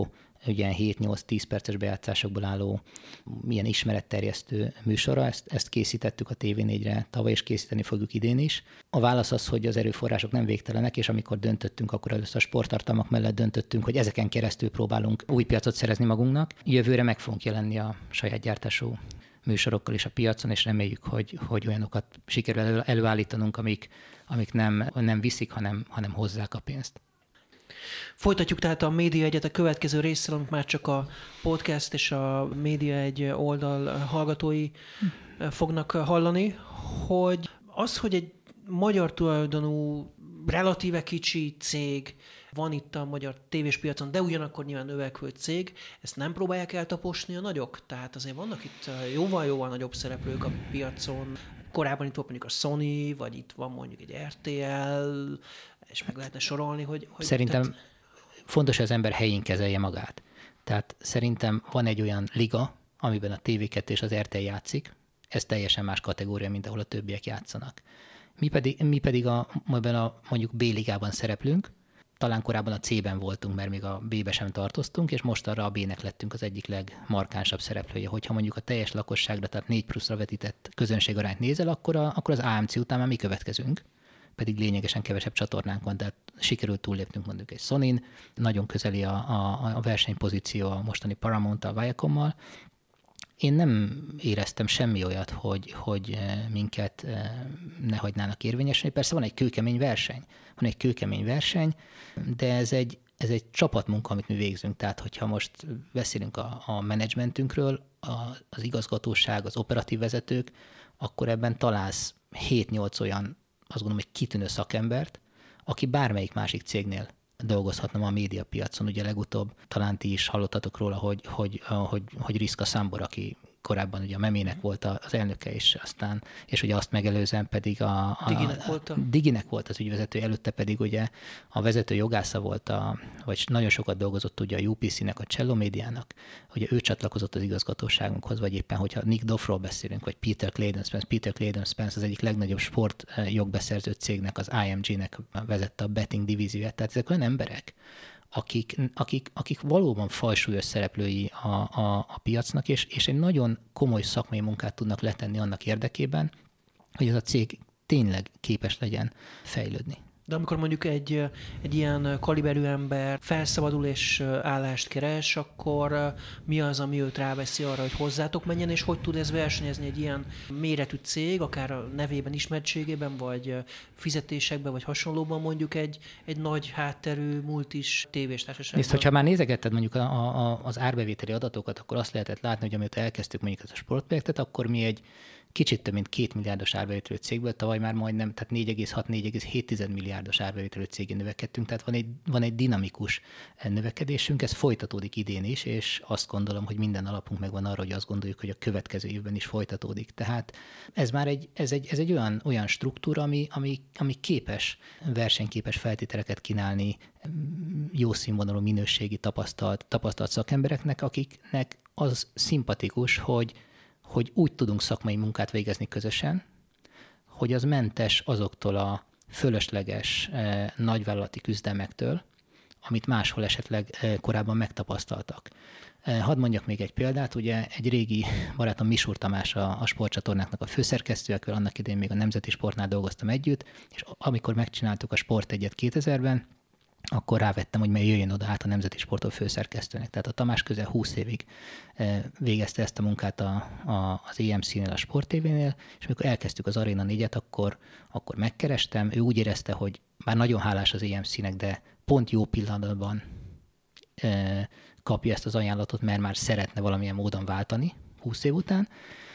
ugye 7-8-10 perces bejátszásokból álló milyen ismeretterjesztő műsorra, ezt készítettük a TV4-re tavaly, és készíteni fogjuk idén is. A válasz az, hogy az erőforrások nem végtelenek, és amikor döntöttünk, akkor először a sporttartalmak mellett döntöttünk, hogy ezeken keresztül próbálunk új piacot szerezni magunknak. Jövőre meg fogunk jelenni a saját gyártású műsorokkal is a piacon, és reméljük, hogy olyanokat sikerül előállítanunk, amik nem viszik, hanem hozzák a pénzt. Folytatjuk tehát a Média Egyet a következő résszel, amit már csak a podcast és a Média Egy oldal hallgatói fognak hallani, hogy az, hogy egy magyar tulajdonú, relatíve kicsi cég van itt a magyar tévés piacon, de ugyanakkor nyilván növekvő cég, ezt nem próbálják eltaposni a nagyok? Tehát azért vannak itt jóval-jóval nagyobb szereplők a piacon. Korábban itt volt mondjuk a Sony, vagy itt van mondjuk egy RTL, és meg lehetne sorolni, hogy Szerintem fontos, hogy az ember helyén kezelje magát. Tehát szerintem van egy olyan liga, amiben a TV2 és az RTL játszik, ez teljesen más kategória, mint ahol a többiek játszanak. Mi pedig ebben a mondjuk B-ligában szereplünk, talán korábban a C-ben voltunk, mert még a B-be sem tartoztunk, és most arra a B-nek lettünk az egyik legmarkánsabb szereplője. Hogyha mondjuk a teljes lakosságra, tehát 4+-ra vetített közönségarányt nézel, akkor az AMC után már mi következünk, pedig lényegesen kevesebb csatornánk van, tehát sikerült túllépnünk mondjuk egy Sonyn, nagyon közeli a versenypozíció a mostani Paramount-tal, Viacommal. Én nem éreztem semmi olyat, hogy minket ne hagynának érvényesülni. Persze van egy kőkemény verseny, de ez egy csapatmunka, amit mi végzünk. Tehát, hogyha most beszélünk a menedzsmentünkről, az igazgatóság, az operatív vezetők, akkor ebben találsz 7-8 olyan, azt gondolom, egy kitűnő szakembert, aki bármelyik másik cégnél dolgozhatna ma a médiapiacon. Ugye legutóbb talán ti is hallottatok róla, hogy Riszka Számbor, aki korábban ugye a Memének volt az elnöke, és ugye azt megelőzően pedig Diginek volt az ügyvezető, előtte pedig ugye a vezető jogásza volt, vagy nagyon sokat dolgozott ugye a UPC-nek, a Cello Médiának, ugye ő csatlakozott az igazgatóságunkhoz, vagy éppen, hogyha Nick Doffról beszélünk, vagy Peter Claydon Spence az egyik legnagyobb sport jogbeszerző cégnek, az IMG-nek vezette a betting divízióját. Tehát ezek olyan emberek, akik valóban fajsúlyos szereplői a piacnak, és egy nagyon komoly szakmai munkát tudnak letenni annak érdekében, hogy ez a cég tényleg képes legyen fejlődni. De amikor mondjuk egy ilyen kaliberű ember felszabadul és állást keres, akkor mi az, ami őt ráveszi arra, hogy hozzátok menjen, és hogy tud ez versenyezni egy ilyen méretű cég, akár a nevében, ismertségében, vagy fizetésekben, vagy hasonlóban mondjuk egy nagy hátterű multis tévés társaságban? Nézd, hogyha már nézegetted mondjuk az árbevételi adatokat, akkor azt lehetett látni, hogy amióta elkezdtük mondjuk ezt a sportprojektet, akkor mi egy kicsit több mint 2 milliárdos árbevételű cégből, tavaly már majdnem, tehát 4,6-4,7 milliárdos árbevételű cégén növekedtünk, tehát van egy dinamikus növekedésünk, ez folytatódik idén is, és azt gondolom, hogy minden alapunk megvan arra, hogy azt gondoljuk, hogy a következő évben is folytatódik. Tehát ez már egy olyan struktúra, ami képes, versenyképes feltételeket kínálni jó színvonalú, minőségi, tapasztalt szakembereknek, akiknek az szimpatikus, hogy úgy tudunk szakmai munkát végezni közösen, hogy az mentes azoktól a fölösleges nagyvállalati küzdelmektől, amit máshol esetleg korábban megtapasztaltak. Hadd mondjak még egy példát, ugye egy régi barátom Misúr Tamás a sportcsatornáknak a főszerkesztője, akivel annak idején még a Nemzeti Sportnál dolgoztam együtt, és amikor megcsináltuk a Sport 1-et 2000-ben, akkor rávettem, hogy mely jöjjön oda át a Nemzeti Sportol főszerkesztőnek. Tehát a Tamás közel 20 évig végezte ezt a munkát az EMC-nél, a Sport TV-nél, és amikor elkezdtük az Arena 4-et, akkor megkerestem. Ő úgy érezte, hogy bár nagyon hálás az EMC-nek, de pont jó pillanatban kapja ezt az ajánlatot, mert már szeretne valamilyen módon váltani 20 év után.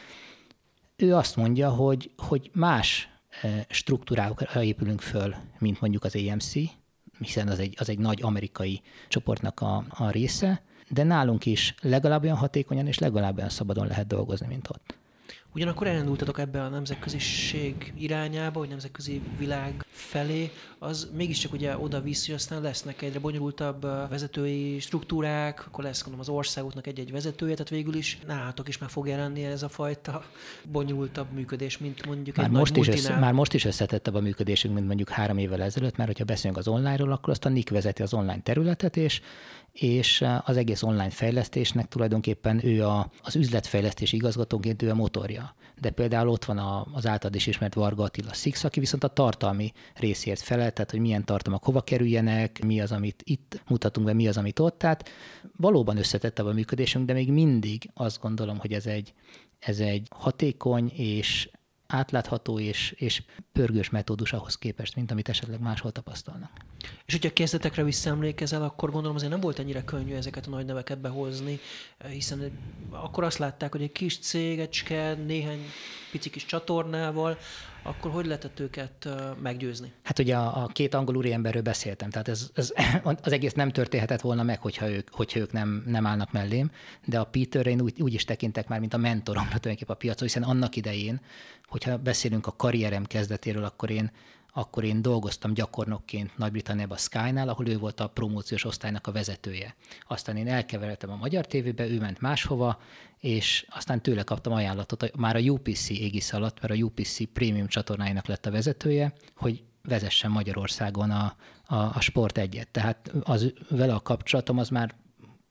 Ő azt mondja, hogy más struktúrákra épülünk föl, mint mondjuk az EMC, hiszen az egy nagy amerikai csoportnak a része, de nálunk is legalább olyan hatékonyan és legalább olyan szabadon lehet dolgozni, mint ott. Ugyanakkor elindultatok ebbe a nemzetköziség irányába, vagy nemzetközi világ felé, az mégiscsak ugye oda-vissza, hogy aztán lesznek egyre bonyolultabb vezetői struktúrák, akkor lesz gondolom az országoknak egy-egy vezetője, tehát végül is nálatok is meg fog jelenni ez a fajta bonyolultabb működés, mint mondjuk Már egy most, nagy már most is összetettebb a működésünk, mint mondjuk 3 évvel ezelőtt, mert hogyha beszélünk az online-ról, akkor azt a Nick vezeti az online területet, és az egész online fejlesztésnek tulajdonképpen ő az üzletfejlesztés igazgatónként ő a motorja. De például ott van az általad is ismert Varga Attila Six, aki viszont a tartalmi részért felel, tehát hogy milyen tartalmak hova kerüljenek, mi az, amit itt mutatunk be, mi az, amit ott. Tehát valóban összetettebb a működésünk, de még mindig azt gondolom, hogy ez egy hatékony és átlátható és pörgős metódus ahhoz képest, mint amit esetleg máshol tapasztalnak. És hogyha kezdetekre visszaemlékezel, akkor gondolom azért nem volt ennyire könnyű ezeket a nagy neveket behozni, hiszen akkor azt látták, hogy egy kis cégecske, néhány pici kis csatornával, akkor hogy lehetett őket meggyőzni? Hát ugye a 2 angol úriemberről beszéltem, tehát ez az egész nem történhetett volna meg, hogyha ők nem állnak mellém, de a Peterre én úgy is tekintek már, mint a mentoromra tulajdonképpen a piacon, hiszen annak idején, hogyha beszélünk a karrierem kezdetéről, akkor én dolgoztam gyakornokként Nagy-Britanniában a Sky-nál, ahol ő volt a promóciós osztálynak a vezetője. Aztán én elkeveredtem a Magyar TV-be, ő ment máshova, és aztán tőle kaptam ajánlatot már a UPC égisze alatt, mert a UPC prémium csatornáinak lett a vezetője, hogy vezessen Magyarországon a Sport 1-et. Tehát vele a kapcsolatom az már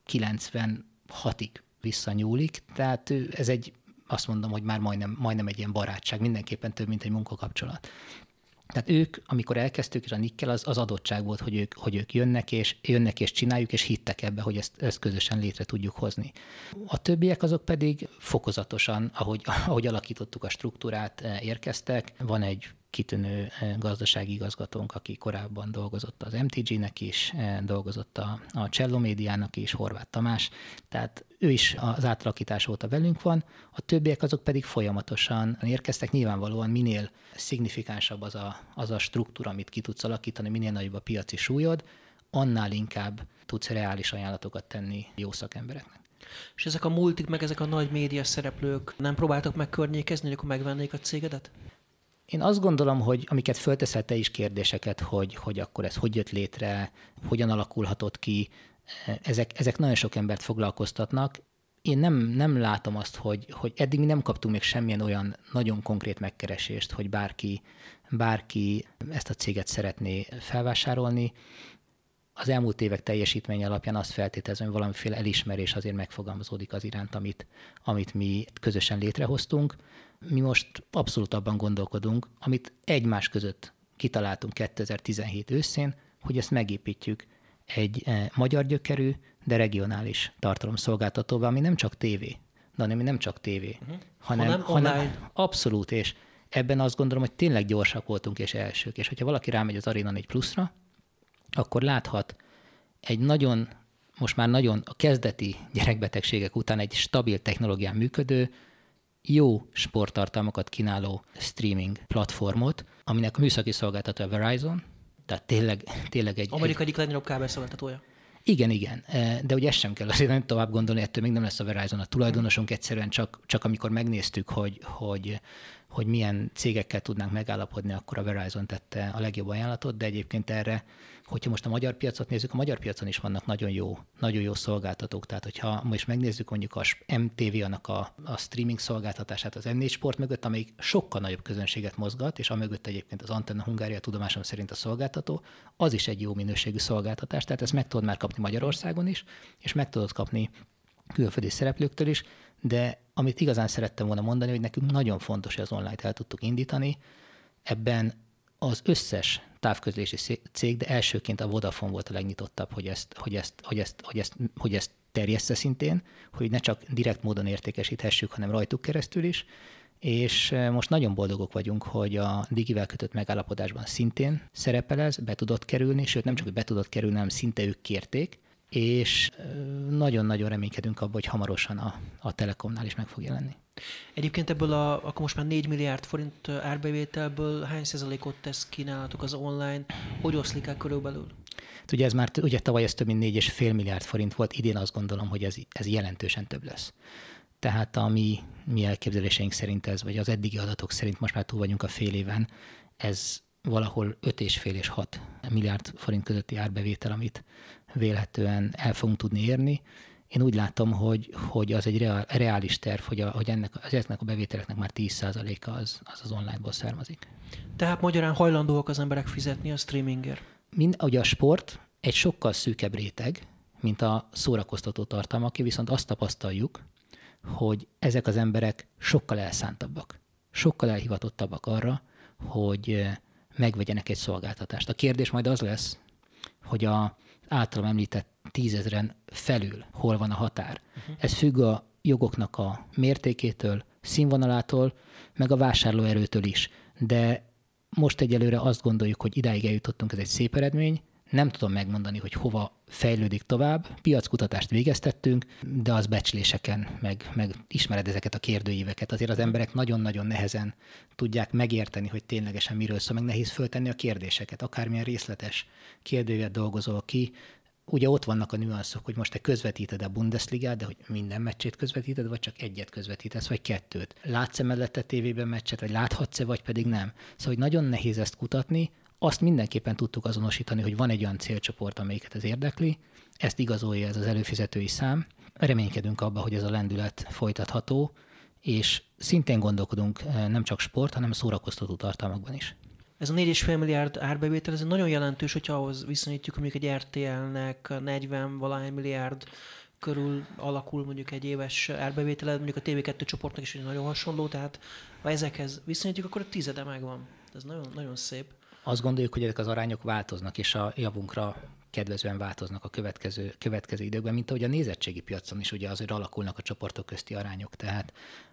96-ig visszanyúlik, tehát ez azt mondom, hogy már majdnem egy ilyen barátság, mindenképpen több, mint egy munkakapcsolat. Tehát ők, amikor elkezdtük, és a Nickkel az adottság volt, hogy ők jönnek és csináljuk, és hittek ebbe, hogy ezt közösen létre tudjuk hozni. A többiek azok pedig fokozatosan, ahogy alakítottuk a struktúrát, érkeztek. Van egy kitűnő gazdasági igazgatónk, aki korábban dolgozott az MTG-nek is, dolgozott a Cello Médiának is, Horváth Tamás, tehát ő is az átalakítás óta velünk van, a többiek azok pedig folyamatosan érkeztek. Nyilvánvalóan minél szignifikánsabb az a struktúra, amit ki tudsz alakítani, minél nagyobb a piaci súlyod, annál inkább tudsz reális ajánlatokat tenni jó szakembereknek. És ezek a multik, meg ezek a nagy média szereplők nem próbáltak megkörnyékezni, hogy akkor megvennék a cégedet? Én azt gondolom, hogy amiket fölteszel te is kérdéseket, hogy akkor ez hogy jött létre, hogyan alakulhatott ki, ezek nagyon sok embert foglalkoztatnak. Én nem látom azt, hogy eddig mi nem kaptunk még semmilyen olyan nagyon konkrét megkeresést, hogy bárki ezt a céget szeretné felvásárolni. Az elmúlt évek teljesítmény alapján azt feltételezem, hogy valamiféle elismerés azért megfogalmazódik az iránt, amit mi közösen létrehoztunk. Mi most abszolút abban gondolkodunk, amit egymás között kitaláltunk 2017 őszén, hogy ezt megépítjük egy magyar gyökerű, de regionális tartalomszolgáltatóval, ami nem csak tévé, hanem abszolút, és ebben azt gondolom, hogy tényleg gyorsak voltunk és elsők, és hogyha valaki rámegy az Arena 4 Plus-ra, akkor láthat egy most már nagyon a kezdeti gyerekbetegségek után egy stabil technológián működő, jó sporttartalmakat kínáló streaming platformot, aminek a műszaki szolgáltatója Verizon, tehát tényleg egy... Amerika egyik legnagyobb kábelszolgáltatója. Igen, de ugye ezt sem kell azért nem tovább gondolni, ettől még nem lesz a Verizon a tulajdonosunk, egyszerűen csak amikor megnéztük, hogy milyen cégekkel tudnánk megállapodni, akkor a Verizon tette a legjobb ajánlatot, de egyébként erre, hogyha most a magyar piacot nézzük, a magyar piacon is vannak nagyon jó szolgáltatók, tehát hogyha most megnézzük mondjuk a MTV-nak a streaming szolgáltatását az M4 Sport mögött, amelyik sokkal nagyobb közönséget mozgat, és amögött egyébként az Antenna Hungária tudomásom szerint a szolgáltató, az is egy jó minőségű szolgáltatás, tehát ezt meg tudod már kapni Magyarországon is, és meg tudod kapni külföldi szereplőktől is, de amit igazán szerettem volna mondani, hogy nekünk nagyon fontos, hogy az online-t el tudtuk indítani. Ebben az összes távközlési cég, de elsőként a Vodafone volt a legnyitottabb, hogy ezt terjessze szintén, hogy ne csak direkt módon értékesíthessük, hanem rajtuk keresztül is. És most nagyon boldogok vagyunk, hogy a Digivel kötött megállapodásban szintén szerepel ez, be tudott kerülni, sőt nem csak, hogy be tudott kerülni, hanem szinte ők kérték, és nagyon-nagyon reménykedünk abban, hogy hamarosan a Telekomnál is meg fog jelenni. Egyébként ebből akkor most már 4 milliárd forint árbevételből hány százalékot tesz kínálatok az online? Hogy oszlik el körülbelül? Ugye tavaly ez több mint 4,5 milliárd forint volt, idén azt gondolom, hogy ez jelentősen több lesz. Tehát a mi elképzeléseink szerint ez, vagy az eddigi adatok szerint most már túl vagyunk a fél éven, ez valahol 5,5 és 6 milliárd forint közötti árbevétel, amit vélhetően el fogunk tudni érni. Én úgy látom, hogy az egy reális terv, hogy ezeknek a bevételeknek már 10%-a az onlineból származik. Tehát magyarán hajlandóak az emberek fizetni a streamingért? Ugye a sport egy sokkal szűkebb réteg, mint a szórakoztató tartalmaké, viszont azt tapasztaljuk, hogy ezek az emberek sokkal elszántabbak, sokkal elhivatottabbak arra, hogy megvegyenek egy szolgáltatást. A kérdés majd az lesz, hogy az általam említett 10 000 felül hol van a határ. Ez függ a jogoknak a mértékétől, színvonalától, meg a vásárlóerőtől is. De most egyelőre azt gondoljuk, hogy idáig eljutottunk, ez egy szép eredmény. Nem tudom megmondani, hogy hova fejlődik tovább. Piackutatást végeztettünk, de az becsléseken, meg ismered ezeket a kérdőíveket. Azért az emberek nagyon-nagyon nehezen tudják megérteni, hogy ténylegesen miről szól, meg nehéz föltenni a kérdéseket. Akármilyen részletes kérdőívet dolgozol ki, ugye ott vannak a nüanszok, hogy most te közvetíted a Bundesligát, de hogy minden meccsét közvetíted, vagy csak egyet közvetítesz, vagy kettőt. Látsz-e mellette tévében meccset, vagy láthatsz-e, vagy pedig nem. Szóval hogy nagyon nehéz ezt kutatni. Azt mindenképpen tudtuk azonosítani, hogy van egy olyan célcsoport, amelyiket ez érdekli. Ezt igazolja ez az előfizetői szám. Reménykedünk abba, hogy ez a lendület folytatható, és szintén gondolkodunk nem csak sport, hanem szórakoztató tartalmakban is. Ez a 4,5 milliárd árbevétel, ez nagyon jelentős, hogyha ahhoz viszonyítjuk, hogy mondjuk egy RTL-nek 40-valahány milliárd körül alakul mondjuk egy éves árbevétele, mondjuk a TV2 csoportnak is nagyon hasonló, tehát ha ezekhez viszonyítjuk, akkor a tizede megvan. Ez nagyon, nagyon szép. Azt gondoljuk, hogy ezek az arányok változnak, és a javunkra kedvezően változnak a következő időkben, mint ahogy a nézettségi piacon is ugye azért alakulnak a csoportok közti arányok. Tehát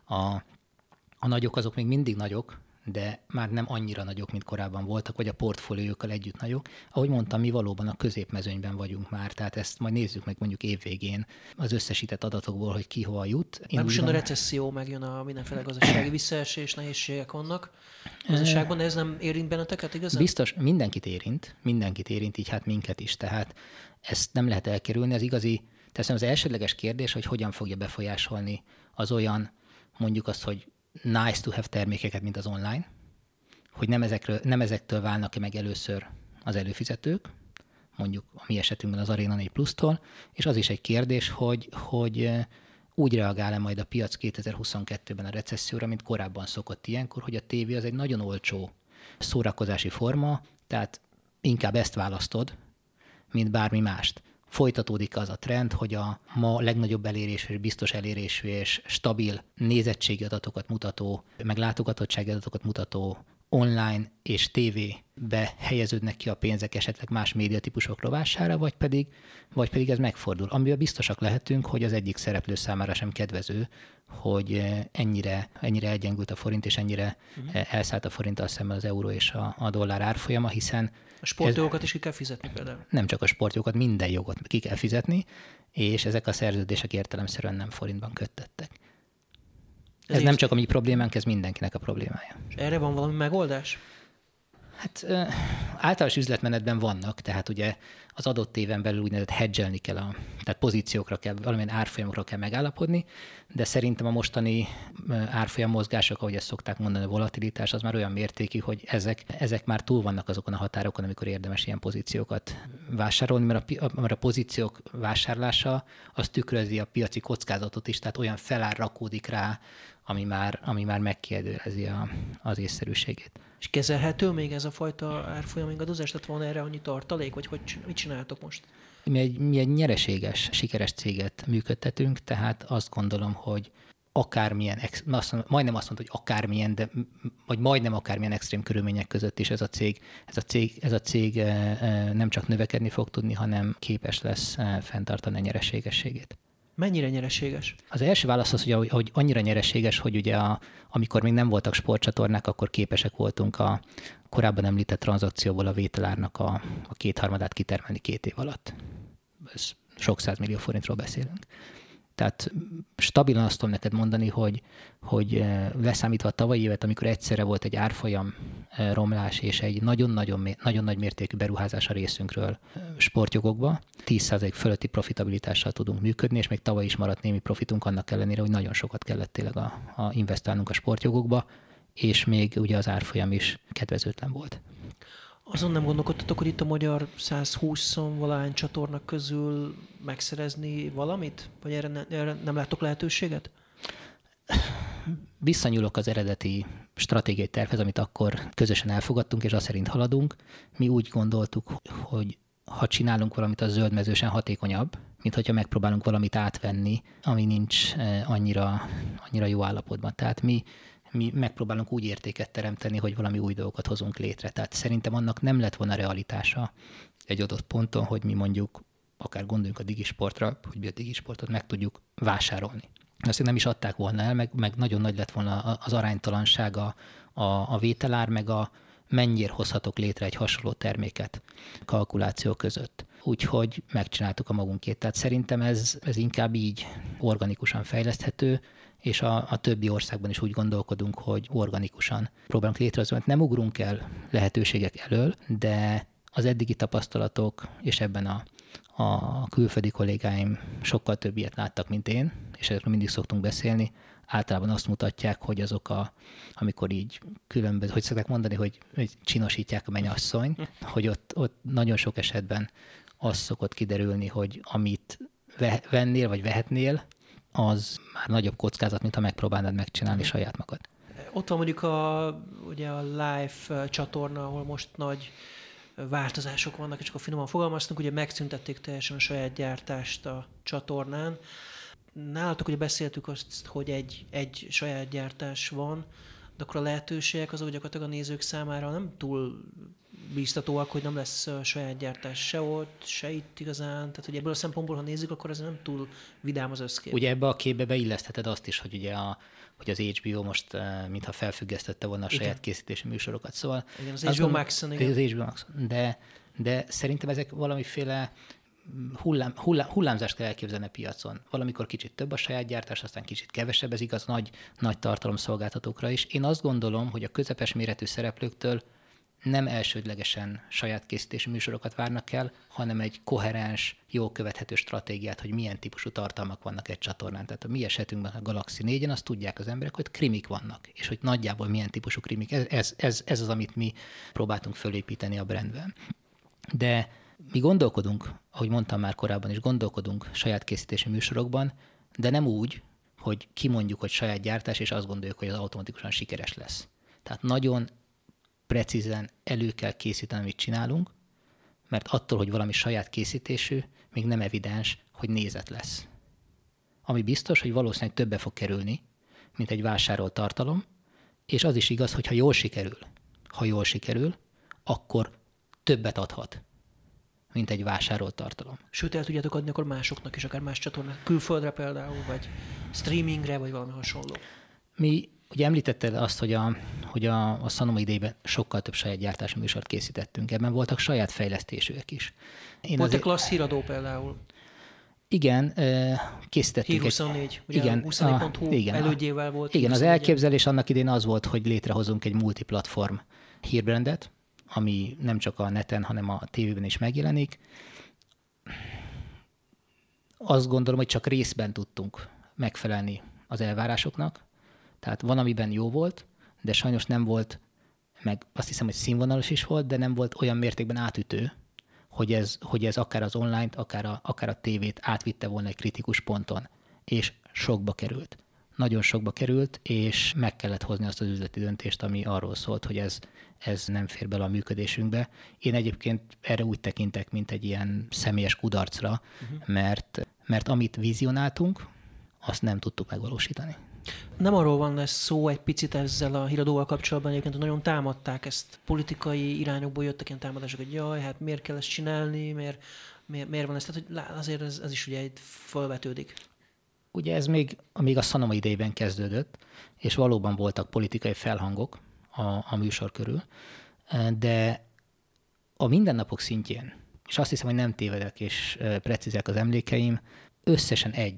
a nagyok azok még mindig nagyok, de már nem annyira nagyok, mint korábban voltak, vagy a portfóliókkal együtt nagyok. Ahogy mondtam, mi valóban a középmezőnyben vagyunk már, tehát ezt majd nézzük meg mondjuk évvégén az összesített adatokból, hogy ki hova jut. Most a recesszió, megjön a mindenféle gazdasági visszaesés, nehézségek vannak gazdaságban, de ez nem érint benneteket igazán? Biztos, mindenkit érint, így hát minket is, tehát ezt nem lehet elkerülni. Az igazi, teszem az elsődleges kérdés, hogy hogyan fogja befolyásolni az olyan, mondjuk azt, hogy nice to have termékeket, mint az online, hogy nem ezektől válnak meg először az előfizetők, mondjuk a mi esetünkben az Arena 4 Plus-tól, és az is egy kérdés, hogy úgy reagál-e majd a piac 2022-ben a recesszióra, mint korábban szokott ilyenkor, hogy a tévé az egy nagyon olcsó szórakozási forma, tehát inkább ezt választod, mint bármi mást. Folytatódik az a trend, hogy a ma legnagyobb elérésű és biztos elérésű és stabil nézettségi adatokat mutató, meg látogatottsági adatokat mutató online és tévébe helyeződnek ki a pénzek esetleg más médiatípusok rovására, vagy pedig ez megfordul. Amiben biztosak lehetünk, hogy az egyik szereplő számára sem kedvező, hogy ennyire elgyengült a forint, és ennyire elszállt a forinttal szemben az euró és a dollár árfolyama, hiszen a sportjogokat is ki kell fizetni például. Nem csak a sportjogokat, minden jogot ki kell fizetni, és ezek a szerződések értelemszerűen nem forintban köttettek. Ez nem csak a mi problémánk, ez mindenkinek a problémája. És erre van valami megoldás? Hát általános üzletmenetben vannak, tehát ugye az adott éven belül úgynevezett hedgelni kell, tehát pozíciókra kell, valamilyen árfolyamokra kell megállapodni, de szerintem a mostani árfolyam mozgások, ahogy ezt szokták mondani, a volatilitás az már olyan mértékű, hogy ezek már túl vannak azokon a határokon, amikor érdemes ilyen pozíciókat vásárolni, mert a pozíciók vásárlása az tükrözi a piaci kockázatot is, tehát olyan felár rakódik rá, ami már megkérdőjelezi az észszerűségét. És kezelhető még ez a fajta árfolyam ingadozás? Tehát van erre annyi tartalék, vagy mit csináltok most? Mi egy nyereséges, sikeres céget működtetünk, tehát azt gondolom, hogy akármilyen, majdnem azt mondta, hogy akármilyen, vagy majdnem akármilyen extrém körülmények között is ez a cég nem csak növekedni fog tudni, hanem képes lesz fenntartani a nyereségességét. Mennyire nyereséges? Az első válasz az, hogy annyira nyereséges, hogy ugye amikor még nem voltak sportcsatornák, akkor képesek voltunk a korábban említett tranzakcióból a vételárnak a 2/3 kitermelni 2 év alatt. Ez sok 100 millió forintról beszélünk. Tehát stabilan azt tudom neked mondani, hogy leszámítva a tavalyi évet, amikor egyszerre volt egy árfolyam romlás és egy nagyon nagy mértékű beruházás a részünkről sportjogokba, 10% fölötti profitabilitással tudunk működni, és még tavaly is maradt némi profitunk annak ellenére, hogy nagyon sokat kellett tényleg investálnunk a sportjogokba, és még ugye az árfolyam is kedvezőtlen volt. Azon nem gondolkodtatok, hogy itt a magyar 120-valány csatorna közül megszerezni valamit? Vagy erre nem láttok lehetőséget? Visszanyúlok az eredeti stratégiai tervhez, amit akkor közösen elfogadtunk, és azt szerint haladunk. Mi úgy gondoltuk, hogy ha csinálunk valamit, az zöldmezősen hatékonyabb, mint hogyha megpróbálunk valamit átvenni, ami nincs annyira jó állapotban. Tehát mi megpróbálunk úgy értéket teremteni, hogy valami új dolgokat hozunk létre. Tehát szerintem annak nem lett volna realitása egy adott ponton, hogy mi mondjuk, akár gondoljunk a digisportra, hogy mi a digisportot meg tudjuk vásárolni. Azt nem is adták volna el, meg nagyon nagy lett volna az aránytalanság a vételár, meg a mennyire hozhatok létre egy hasonló terméket kalkuláció között. Úgyhogy megcsináltuk a magunkét. Tehát szerintem ez inkább így organikusan fejleszthető, és a többi országban is úgy gondolkodunk, hogy organikusan próbálunk létrehozni, mert nem ugrunk el lehetőségek elől, de az eddigi tapasztalatok, és ebben a külföldi kollégáim sokkal több ilyet láttak, mint én, és erről mindig szoktunk beszélni, általában azt mutatják, hogy azok amikor így különböző, hogy szokták mondani, hogy csinosítják a mennyasszony, hogy ott nagyon sok esetben az szokott kiderülni, hogy amit vennél, vagy vehetnél, az már nagyobb kockázat, mint ha megpróbálnád megcsinálni saját magad. Ott van mondjuk ugye a live csatorna, ahol most nagy változások vannak, és akkor finoman fogalmaztunk, ugye megszüntették teljesen a saját gyártást a csatornán. Nálatok ugye beszéltük azt, hogy egy saját gyártás van, de akkor a lehetőségek azok gyakorlatilag a nézők számára nem túl bíztatóak, hogy nem lesz saját gyártás se ott, se itt igazán. Tehát hogy ebből a szempontból, ha nézzük, akkor ez nem túl vidám az összkép. Ugye ebbe a képbe beillesztheted azt is, hogy ugye hogy az HBO most mintha felfüggesztette volna a saját készítési műsorokat. Szóval igen, az HBO Maxon, igen. Az HBO Maxon. De szerintem ezek valamiféle hullámzást kell elképzelni a piacon. Valamikor kicsit több a saját gyártás, aztán kicsit kevesebb, ez igaz nagy tartalomszolgáltatókra is. Én azt gondolom, hogy a közepes méretű szereplőktől nem elsődlegesen saját készítési műsorokat várnak el, hanem egy koherens, jól követhető stratégiát, hogy milyen típusú tartalmak vannak egy csatornán. Tehát a mi esetünkben a Galaxy 4-en azt tudják az emberek, hogy krimik vannak, és hogy nagyjából milyen típusú krimik. Ez az, amit mi próbáltunk fölépíteni a brandben. De mi gondolkodunk, ahogy mondtam már korábban is, gondolkodunk saját készítési műsorokban, de nem úgy, hogy kimondjuk, hogy saját gyártás, és azt gondoljuk, hogy az automatikusan sikeres lesz. Tehát nagyon precízen elő kell készíteni, amit csinálunk, mert attól, hogy valami saját készítésű, még nem evidens, hogy nézet lesz. Ami biztos, hogy valószínűleg többe fog kerülni, mint egy vásárolt tartalom, és az is igaz, hogy ha jól sikerül, akkor többet adhat, mint egy vásárolt tartalom. Sőt, el tudjátok adni akkor másoknak is, akár más csatornák, külföldre például, vagy streamingre, vagy valami hasonló. Mi ugye említetted azt, hogy a Sanoma idejében sokkal több saját gyártási műsort készítettünk. Ebben voltak saját fejlesztésűek is. Volt egy klassz híradó például. Igen, készítettünk. Hír 24, ugye igen, 24.hu elődjével volt. Igen, az elképzelés annak idén az volt, hogy létrehozunk egy multiplatform hírbrandet, ami nem csak a neten, hanem a tévében is megjelenik. Azt gondolom, hogy csak részben tudtunk megfelelni az elvárásoknak. Tehát van, amiben jó volt, de sajnos nem volt, meg azt hiszem, hogy színvonalas is volt, de nem volt olyan mértékben átütő, hogy ez akár az online-t, akár a tévét átvitte volna egy kritikus ponton. És sokba került. Nagyon sokba került, és meg kellett hozni azt az üzleti döntést, ami arról szólt, hogy ez nem fér bele a működésünkbe. Én egyébként erre úgy tekintek, mint egy ilyen személyes kudarcra, mert amit vizionáltunk, azt nem tudtuk megvalósítani. Nem arról van lesz szó egy picit ezzel a híradóval kapcsolatban, egyébként nagyon támadták ezt, politikai irányokból jöttek ilyen támadások, hogy jaj, hát miért kell ezt csinálni, miért van ez, tehát hogy azért ez is ugye itt felvetődik. Ugye ez még a Sanoma idejében kezdődött, és valóban voltak politikai felhangok a műsor körül, de a mindennapok szintjén, és azt hiszem, hogy nem tévedek, és precízek az emlékeim, összesen egy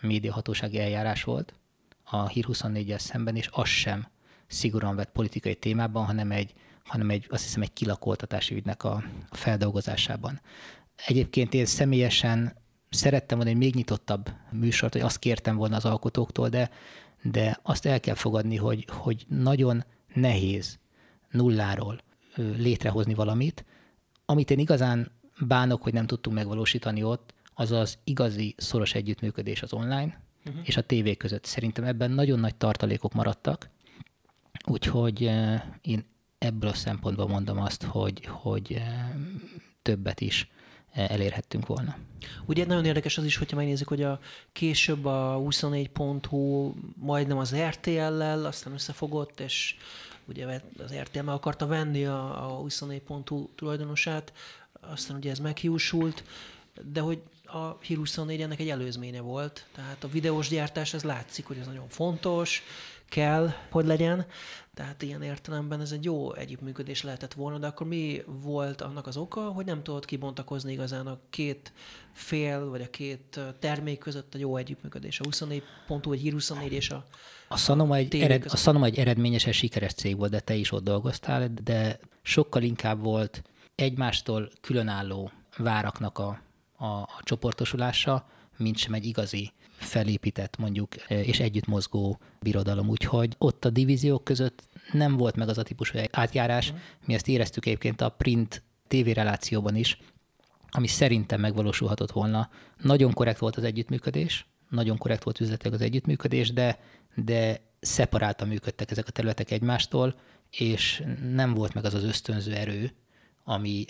médiahatósági eljárás volt a Hír 24-jel szemben, és az sem szigorúan vett politikai témában, hanem azt hiszem egy kilakoltatási ügynek a feldolgozásában. Egyébként én személyesen szerettem volna egy még nyitottabb műsort, hogy azt kértem volna az alkotóktól, de azt el kell fogadni, hogy nagyon nehéz nulláról létrehozni valamit. Amit én igazán bánok, hogy nem tudtunk megvalósítani ott, az az igazi szoros együttműködés az online és a tévé között. Szerintem ebben nagyon nagy tartalékok maradtak, úgyhogy én ebből a szempontból mondom azt, hogy többet is elérhettünk volna. Ugye nagyon érdekes az is, hogyha megnézzük, hogy később a 24.hu majdnem az RTL-lel, aztán összefogott, és ugye az RTL meg akarta venni a 24.hu tulajdonosát, aztán ugye ez meghiúsult, de hogy a Hír 24 ennek egy előzménye volt, tehát a videós gyártás, ez látszik, hogy ez nagyon fontos, kell, hogy legyen, tehát ilyen értelemben ez egy jó együttműködés lehetett volna, de akkor mi volt annak az oka, hogy nem tudott kibontakozni igazán a két fél, vagy a két termék között a jó együttműködés, a 24.hu, vagy Hír 24 és a Sanoma egy eredményes és sikeres cég volt, de te is ott dolgoztál, de sokkal inkább volt egymástól különálló váraknak a csoportosulása, mint sem egy igazi felépített mondjuk és együtt mozgó birodalom. Úgyhogy ott a divíziók között nem volt meg az a típusú átjárás. Mi ezt éreztük egyébként a print TV relációban is, ami szerintem megvalósulhatott volna. Nagyon korrekt volt az együttműködés, nagyon korrekt volt üzletileg az együttműködés, de szeparáltan működtek ezek a területek egymástól, és nem volt meg az az ösztönző erő, ami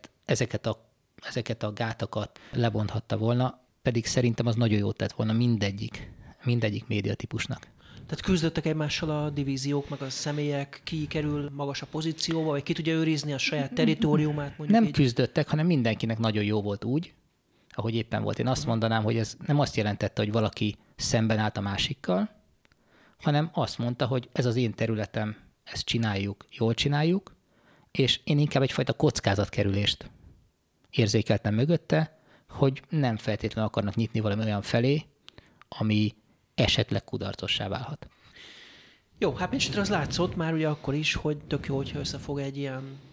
ezeket a gátakat lebonthatta volna, pedig szerintem az nagyon jót tett volna mindegyik médiatípusnak. Tehát küzdöttek egymással a divíziók, meg a személyek, ki kerül magas a pozícióba, vagy ki tudja őrizni a saját territóriumát? Nem így küzdöttek, hanem mindenkinek nagyon jó volt úgy, ahogy éppen volt. Én azt mondanám, hogy ez nem azt jelentette, hogy valaki szemben állt a másikkal, hanem azt mondta, hogy ez az én területem, ezt csináljuk, jól csináljuk, és én inkább egyfajta kockázatkerülést érzékeltem mögötte, hogy nem feltétlenül akarnak nyitni valami olyan felé, ami esetleg kudarcossá válhat. Jó, hát mindesetre az látszott már ugye akkor is, hogy tök jó, hogyha összefog egy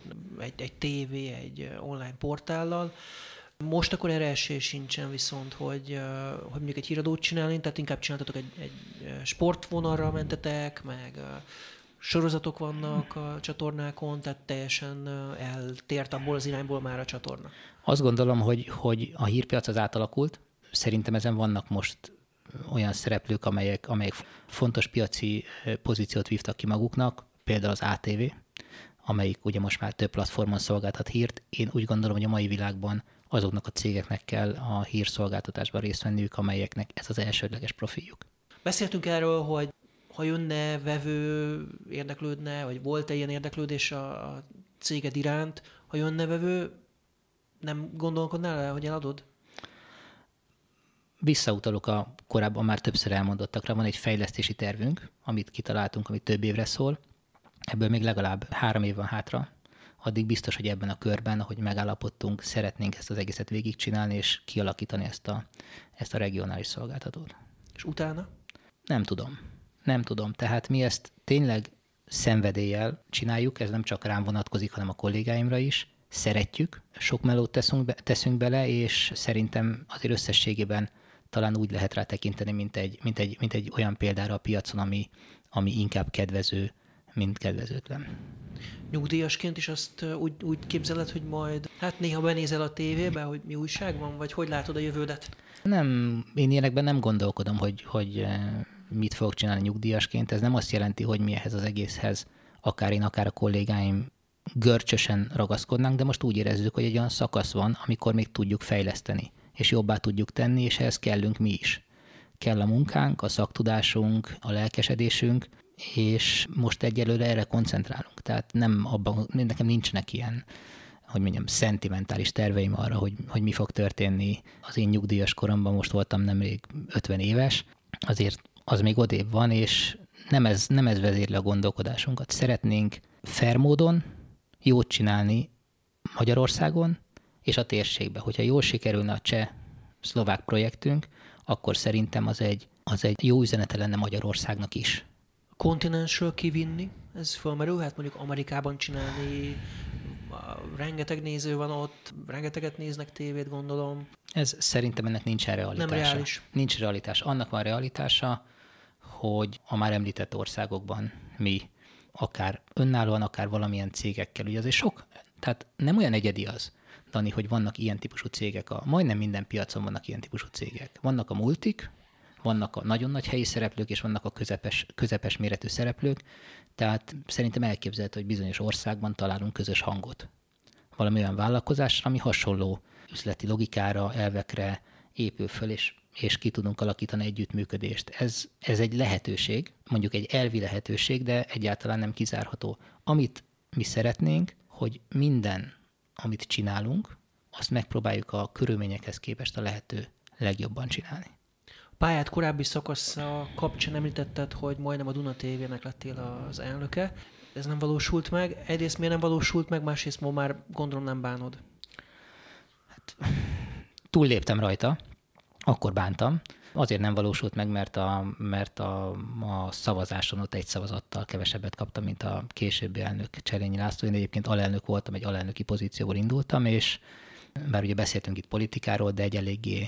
tévé, egy online portállal. Most akkor erre esély sincsen viszont, hogy mondjuk egy híradót csinálni, tehát inkább csináltatok egy sportvonalra mentetek, meg sorozatok vannak a csatornákon, tehát teljesen eltért abból az irányból már a csatorna. Azt gondolom, hogy a hírpiac az átalakult. Szerintem ezen vannak most olyan szereplők, amelyek fontos piaci pozíciót vívtak ki maguknak, például az ATV, amelyik ugye most már több platformon szolgáltat hírt. Én úgy gondolom, hogy a mai világban azoknak a cégeknek kell a hírszolgáltatásban részt venniük, amelyeknek ez az elsődleges profiljuk. Beszéltünk erről, hogy ha jönne vevő, érdeklődne, vagy volt-e ilyen érdeklődés a céged iránt, ha jönne vevő, nem gondolkodnál el, hogy eladod? Visszautalok a korábban már többször elmondottakra. Van egy fejlesztési tervünk, amit kitaláltunk, ami több évre szól. Ebből még legalább 3 év van hátra. Addig biztos, hogy ebben a körben, ahogy megállapodtunk, szeretnénk ezt az egészet végigcsinálni, és kialakítani ezt a regionális szolgáltatót. És utána? Nem tudom. Tehát mi ezt tényleg szenvedéllyel csináljuk, ez nem csak rám vonatkozik, hanem a kollégáimra is. Szeretjük, sok melót teszünk bele, és szerintem azért összességében talán úgy lehet rá tekinteni, mint egy olyan példára a piacon, ami inkább kedvező, mint kedvezőtlen. Nyugdíjasként is azt úgy képzeled, hogy majd néha benézel a tévébe, hogy mi újság van, vagy hogy látod a jövődet? Nem, én ilyenekben nem gondolkodom, hogy mit fogok csinálni nyugdíjasként. Ez nem azt jelenti, hogy mi ehhez az egészhez, akár én, akár a kollégáim görcsösen ragaszkodnánk, de most úgy érezzük, hogy egy olyan szakasz van, amikor még tudjuk fejleszteni, és jobbá tudjuk tenni, és ehhez kellünk mi is. Kell a munkánk, a szaktudásunk, a lelkesedésünk, és most egyelőre erre koncentrálunk. Tehát nekem nincsenek ilyen, hogy mondjam, szentimentális terveim arra, hogy mi fog történni. Az én nyugdíjas koromban most voltam nemrég 50 éves, azért az még odébb van, és nem ez vezérli a gondolkodásunkat. Szeretnénk fair módon jót csinálni Magyarországon és a térségben. Hogyha jól sikerülne a cseh-szlovák projektünk, akkor szerintem az egy jó üzenete lenne Magyarországnak is. Kontinensről kivinni, ez fölmerülhet, mondjuk Amerikában csinálni, rengeteg néző van ott, rengeteget néznek tévét, gondolom. Ez szerintem ennek nincsen realitása. Nem reális. Nincs realitás. Annak van realitása, hogy a már említett országokban mi akár önállóan, akár valamilyen cégekkel, ugye azért sok, tehát nem olyan egyedi az, Dani, hogy vannak ilyen típusú cégek, majdnem minden piacon vannak ilyen típusú cégek. Vannak a multik, vannak a nagyon nagy helyi szereplők, és vannak a közepes méretű szereplők, tehát szerintem elképzelhető, hogy bizonyos országban találunk közös hangot. Valami olyan vállalkozásra, ami hasonló üzleti logikára, elvekre épül föl, és ki tudunk alakítani együttműködést. Ez egy lehetőség, mondjuk egy elvi lehetőség, de egyáltalán nem kizárható. Amit mi szeretnénk, hogy minden, amit csinálunk, azt megpróbáljuk a körülményekhez képest a lehető legjobban csinálni. A pályád korábbi szakasza kapcsán említetted, hogy majdnem a Duna TV-nek lettél az elnöke. Ez nem valósult meg. Egyrészt miért nem valósult meg, másrészt ma már gondolom nem bánod. Hát, túlléptem rajta, akkor bántam. Azért nem valósult meg, mert a szavazáson ott egy szavazattal kevesebbet kaptam, mint a későbbi elnök Cserényi László. Én egyébként alelnök voltam, egy alelnöki pozícióból indultam, és bár ugye beszéltünk itt politikáról, de egy eléggé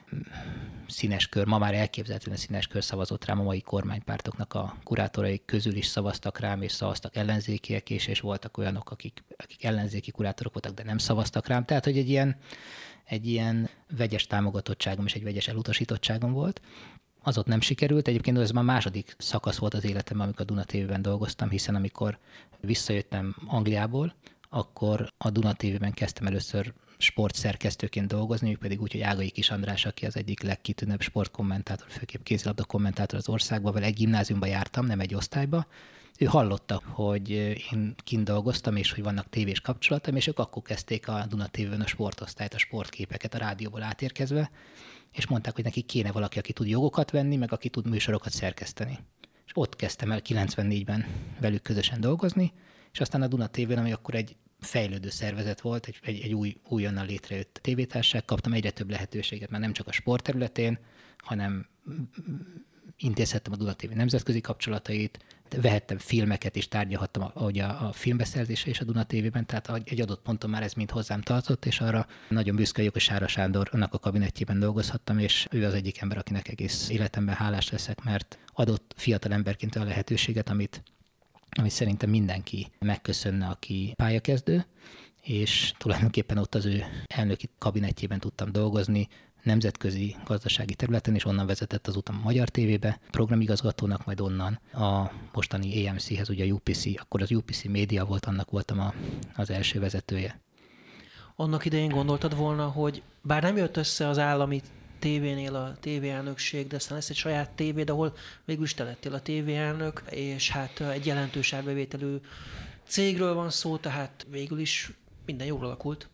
színes kör, ma már elképzelhetően színes kör szavazott rám, a mai kormánypártoknak a kurátorai közül is szavaztak rám, és szavaztak ellenzékiek is, és voltak olyanok, akik ellenzéki kurátorok voltak, de nem szavaztak rám. Tehát, hogy egy ilyen vegyes támogatottságom és egy vegyes elutasítottságom volt. Az ott nem sikerült. Egyébként ez már második szakasz volt az életemben, amikor a Duna TV-ben dolgoztam, hiszen amikor visszajöttem Angliából, akkor a Duna TV-ben kezdtem először sportszerkesztőként dolgozni, pedig úgy, hogy Ágai Kis András, aki az egyik legkitűnőbb sportkommentátor, főképp kézilabda kommentátor az országban, vele egy gimnáziumba jártam, nem egy osztályba. Ő hallotta, hogy én kint dolgoztam, és hogy vannak tévés kapcsolatom, és ők akkor kezdték a Duna TV-ben a sportosztályt, a sportképeket a rádióból átérkezve, és mondták, hogy neki kéne valaki, aki tud jogokat venni, meg aki tud műsorokat szerkeszteni. És ott kezdtem el 94-ben velük közösen dolgozni, és aztán a Duna TV-n, ami akkor egy fejlődő szervezet volt, egy újonnan létrejött tévétársaság, kaptam egyre több lehetőséget, már nem csak a sport területén, hanem intézhettem a Duna TV nemzetközi kapcsolatait, vehettem filmeket és tárgyalhattam a filmbeszerzésre és a Duna TV-ben, tehát egy adott ponton már ez mind hozzám tartott, és arra nagyon büszke vagyok, hogy Sára Sándornak a kabinetjében dolgozhattam, és ő az egyik ember, akinek egész életemben hálás leszek, mert adott fiatal emberként a lehetőséget, amit szerintem mindenki megköszönne, aki pályakezdő, és tulajdonképpen ott az ő elnöki kabinetjében tudtam dolgozni, nemzetközi gazdasági területen, és onnan vezetett az utam a Magyar TV-be, programigazgatónak, majd onnan a mostani AMC-hez, ugye a UPC, akkor az UPC Média volt, annak voltam az első vezetője. Annak idején gondoltad volna, hogy bár nem jött össze az állami tévénél a tévéelnökség, de aztán lesz egy saját tévéd, ahol végül is te lettél a tévéelnök, és hát egy jelentős árbevételű cégről van szó, tehát végül is minden jól alakult.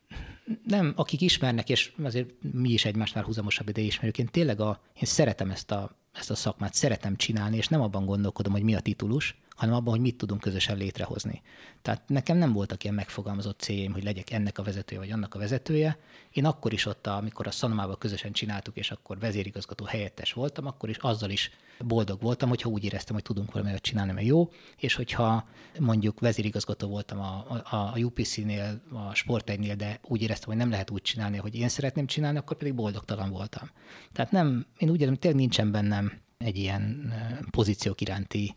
Nem, akik ismernek, és azért mi is egymást már húzamosabb ide ismerjük, én tényleg én szeretem ezt a szakmát, szeretem csinálni, és nem abban gondolkodom, hogy mi a titulus, hanem abban, hogy mit tudunk közösen létrehozni. Tehát nekem nem voltak ilyen megfogalmazott céljaim, hogy legyek ennek a vezetője, vagy annak a vezetője. Én akkor is ott, amikor a Szanomával közösen csináltuk, és akkor vezérigazgató helyettes voltam, akkor is azzal is boldog voltam, hogyha úgy éreztem, hogy tudunk valamit csinálni, mert jó, és hogyha mondjuk vezérigazgató voltam a UPC-nél, a Sport1-nél, de úgy éreztem, hogy nem lehet úgy csinálni, hogy én szeretném csinálni, akkor pedig boldogtalan voltam. Tehát én úgy érzem, hogy tényleg nincsen bennem egy ilyen pozíciók iránti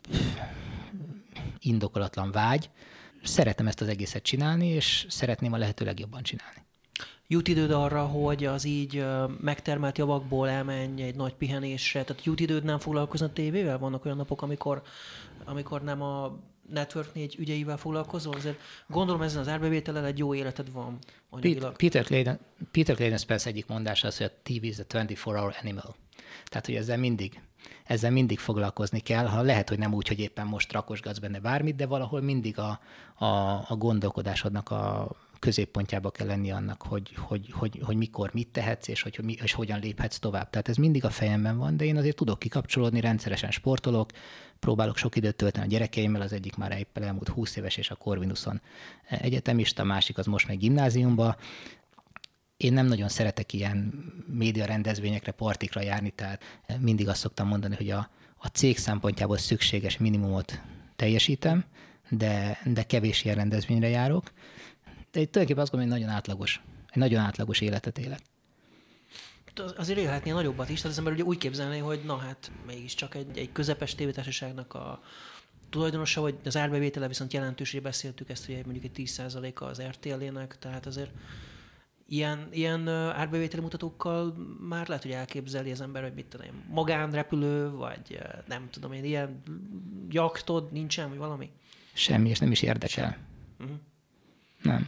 indokolatlan vágy. Szeretem ezt az egészet csinálni, és szeretném a lehető legjobban csinálni. Jut időd arra, hogy az így megtermelt javakból elmenj egy nagy pihenésre? Tehát jut időd nem foglalkozni a tévével? Vannak olyan napok, amikor nem a Network 4 ügyeivel foglalkozol? Azért gondolom ezen az árbevétellel egy jó életed van anyagilag. Peter Clayton Spence egyik mondása az, hogy a TV is a 24-hour animal. Tehát, hogy ezzel mindig foglalkozni kell, ha lehet, hogy nem úgy, hogy éppen most rakosgatsz benne bármit, de valahol mindig a gondolkodásodnak a középpontjába kell lenni annak, hogy mikor mit tehetsz, és hogyan léphetsz tovább. Tehát ez mindig a fejemben van, de én azért tudok kikapcsolódni, rendszeresen sportolok, próbálok sok időt tölteni a gyerekeimmel, az egyik már éppen elmúlt 20 éves, és a Corvinuson egyetemista, a másik az most meg gimnáziumba, Én nem nagyon szeretek ilyen média rendezvényekre, partikra járni, tehát mindig azt szoktam mondani, hogy a cég szempontjából szükséges minimumot teljesítem, de kevés ilyen rendezvényre járok. De itt tulajdonképpen azt gondolom, hogy nagyon átlagos életet élek. Azért élhetnél nagyobbat is, tehát az ember ugye úgy képzelné, hogy na hát mégiscsak egy közepes tévétársaságnak a tulajdonosa, vagy az árbevétele viszont jelentős, hogy beszéltük ezt, hogy mondjuk egy 10%-a az RTL-ének, tehát azért ilyen árbevételi mutatókkal már lehet, hogy elképzeli az ember, hogy mit tudom én, magánrepülő, vagy nem tudom én, ilyen jachtod nincsen, vagy valami? Semmi, és nem is érdekel. Nem.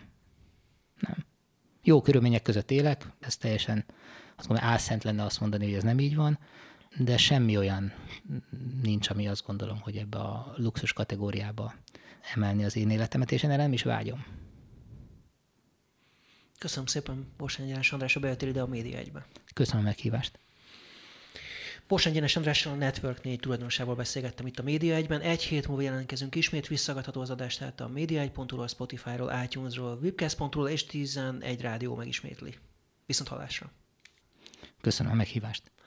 Jó körülmények között élek, ez teljesen azt mondom, álszent lenne azt mondani, hogy ez nem így van, de semmi olyan nincs, ami azt gondolom, hogy ebbe a luxus kategóriába emelni az én életemet, és én erre nem is vágyom. Köszönöm szépen, Borsányi Egyenes András, a bejöttél ide a Média 1-be. Köszönöm a meghívást. Borsányi Egyenes Andrással, a Network 4 tulajdonosával beszélgettem itt a Média 1-ben. Egy hét múlva jelentkezünk ismét, visszagadható az adást, tehát a Média1.hu-ról, Spotify-ról, iTunes-ról, Webcast.ról és 11 rádió megismétli. Viszont hallásra. Köszönöm a meghívást.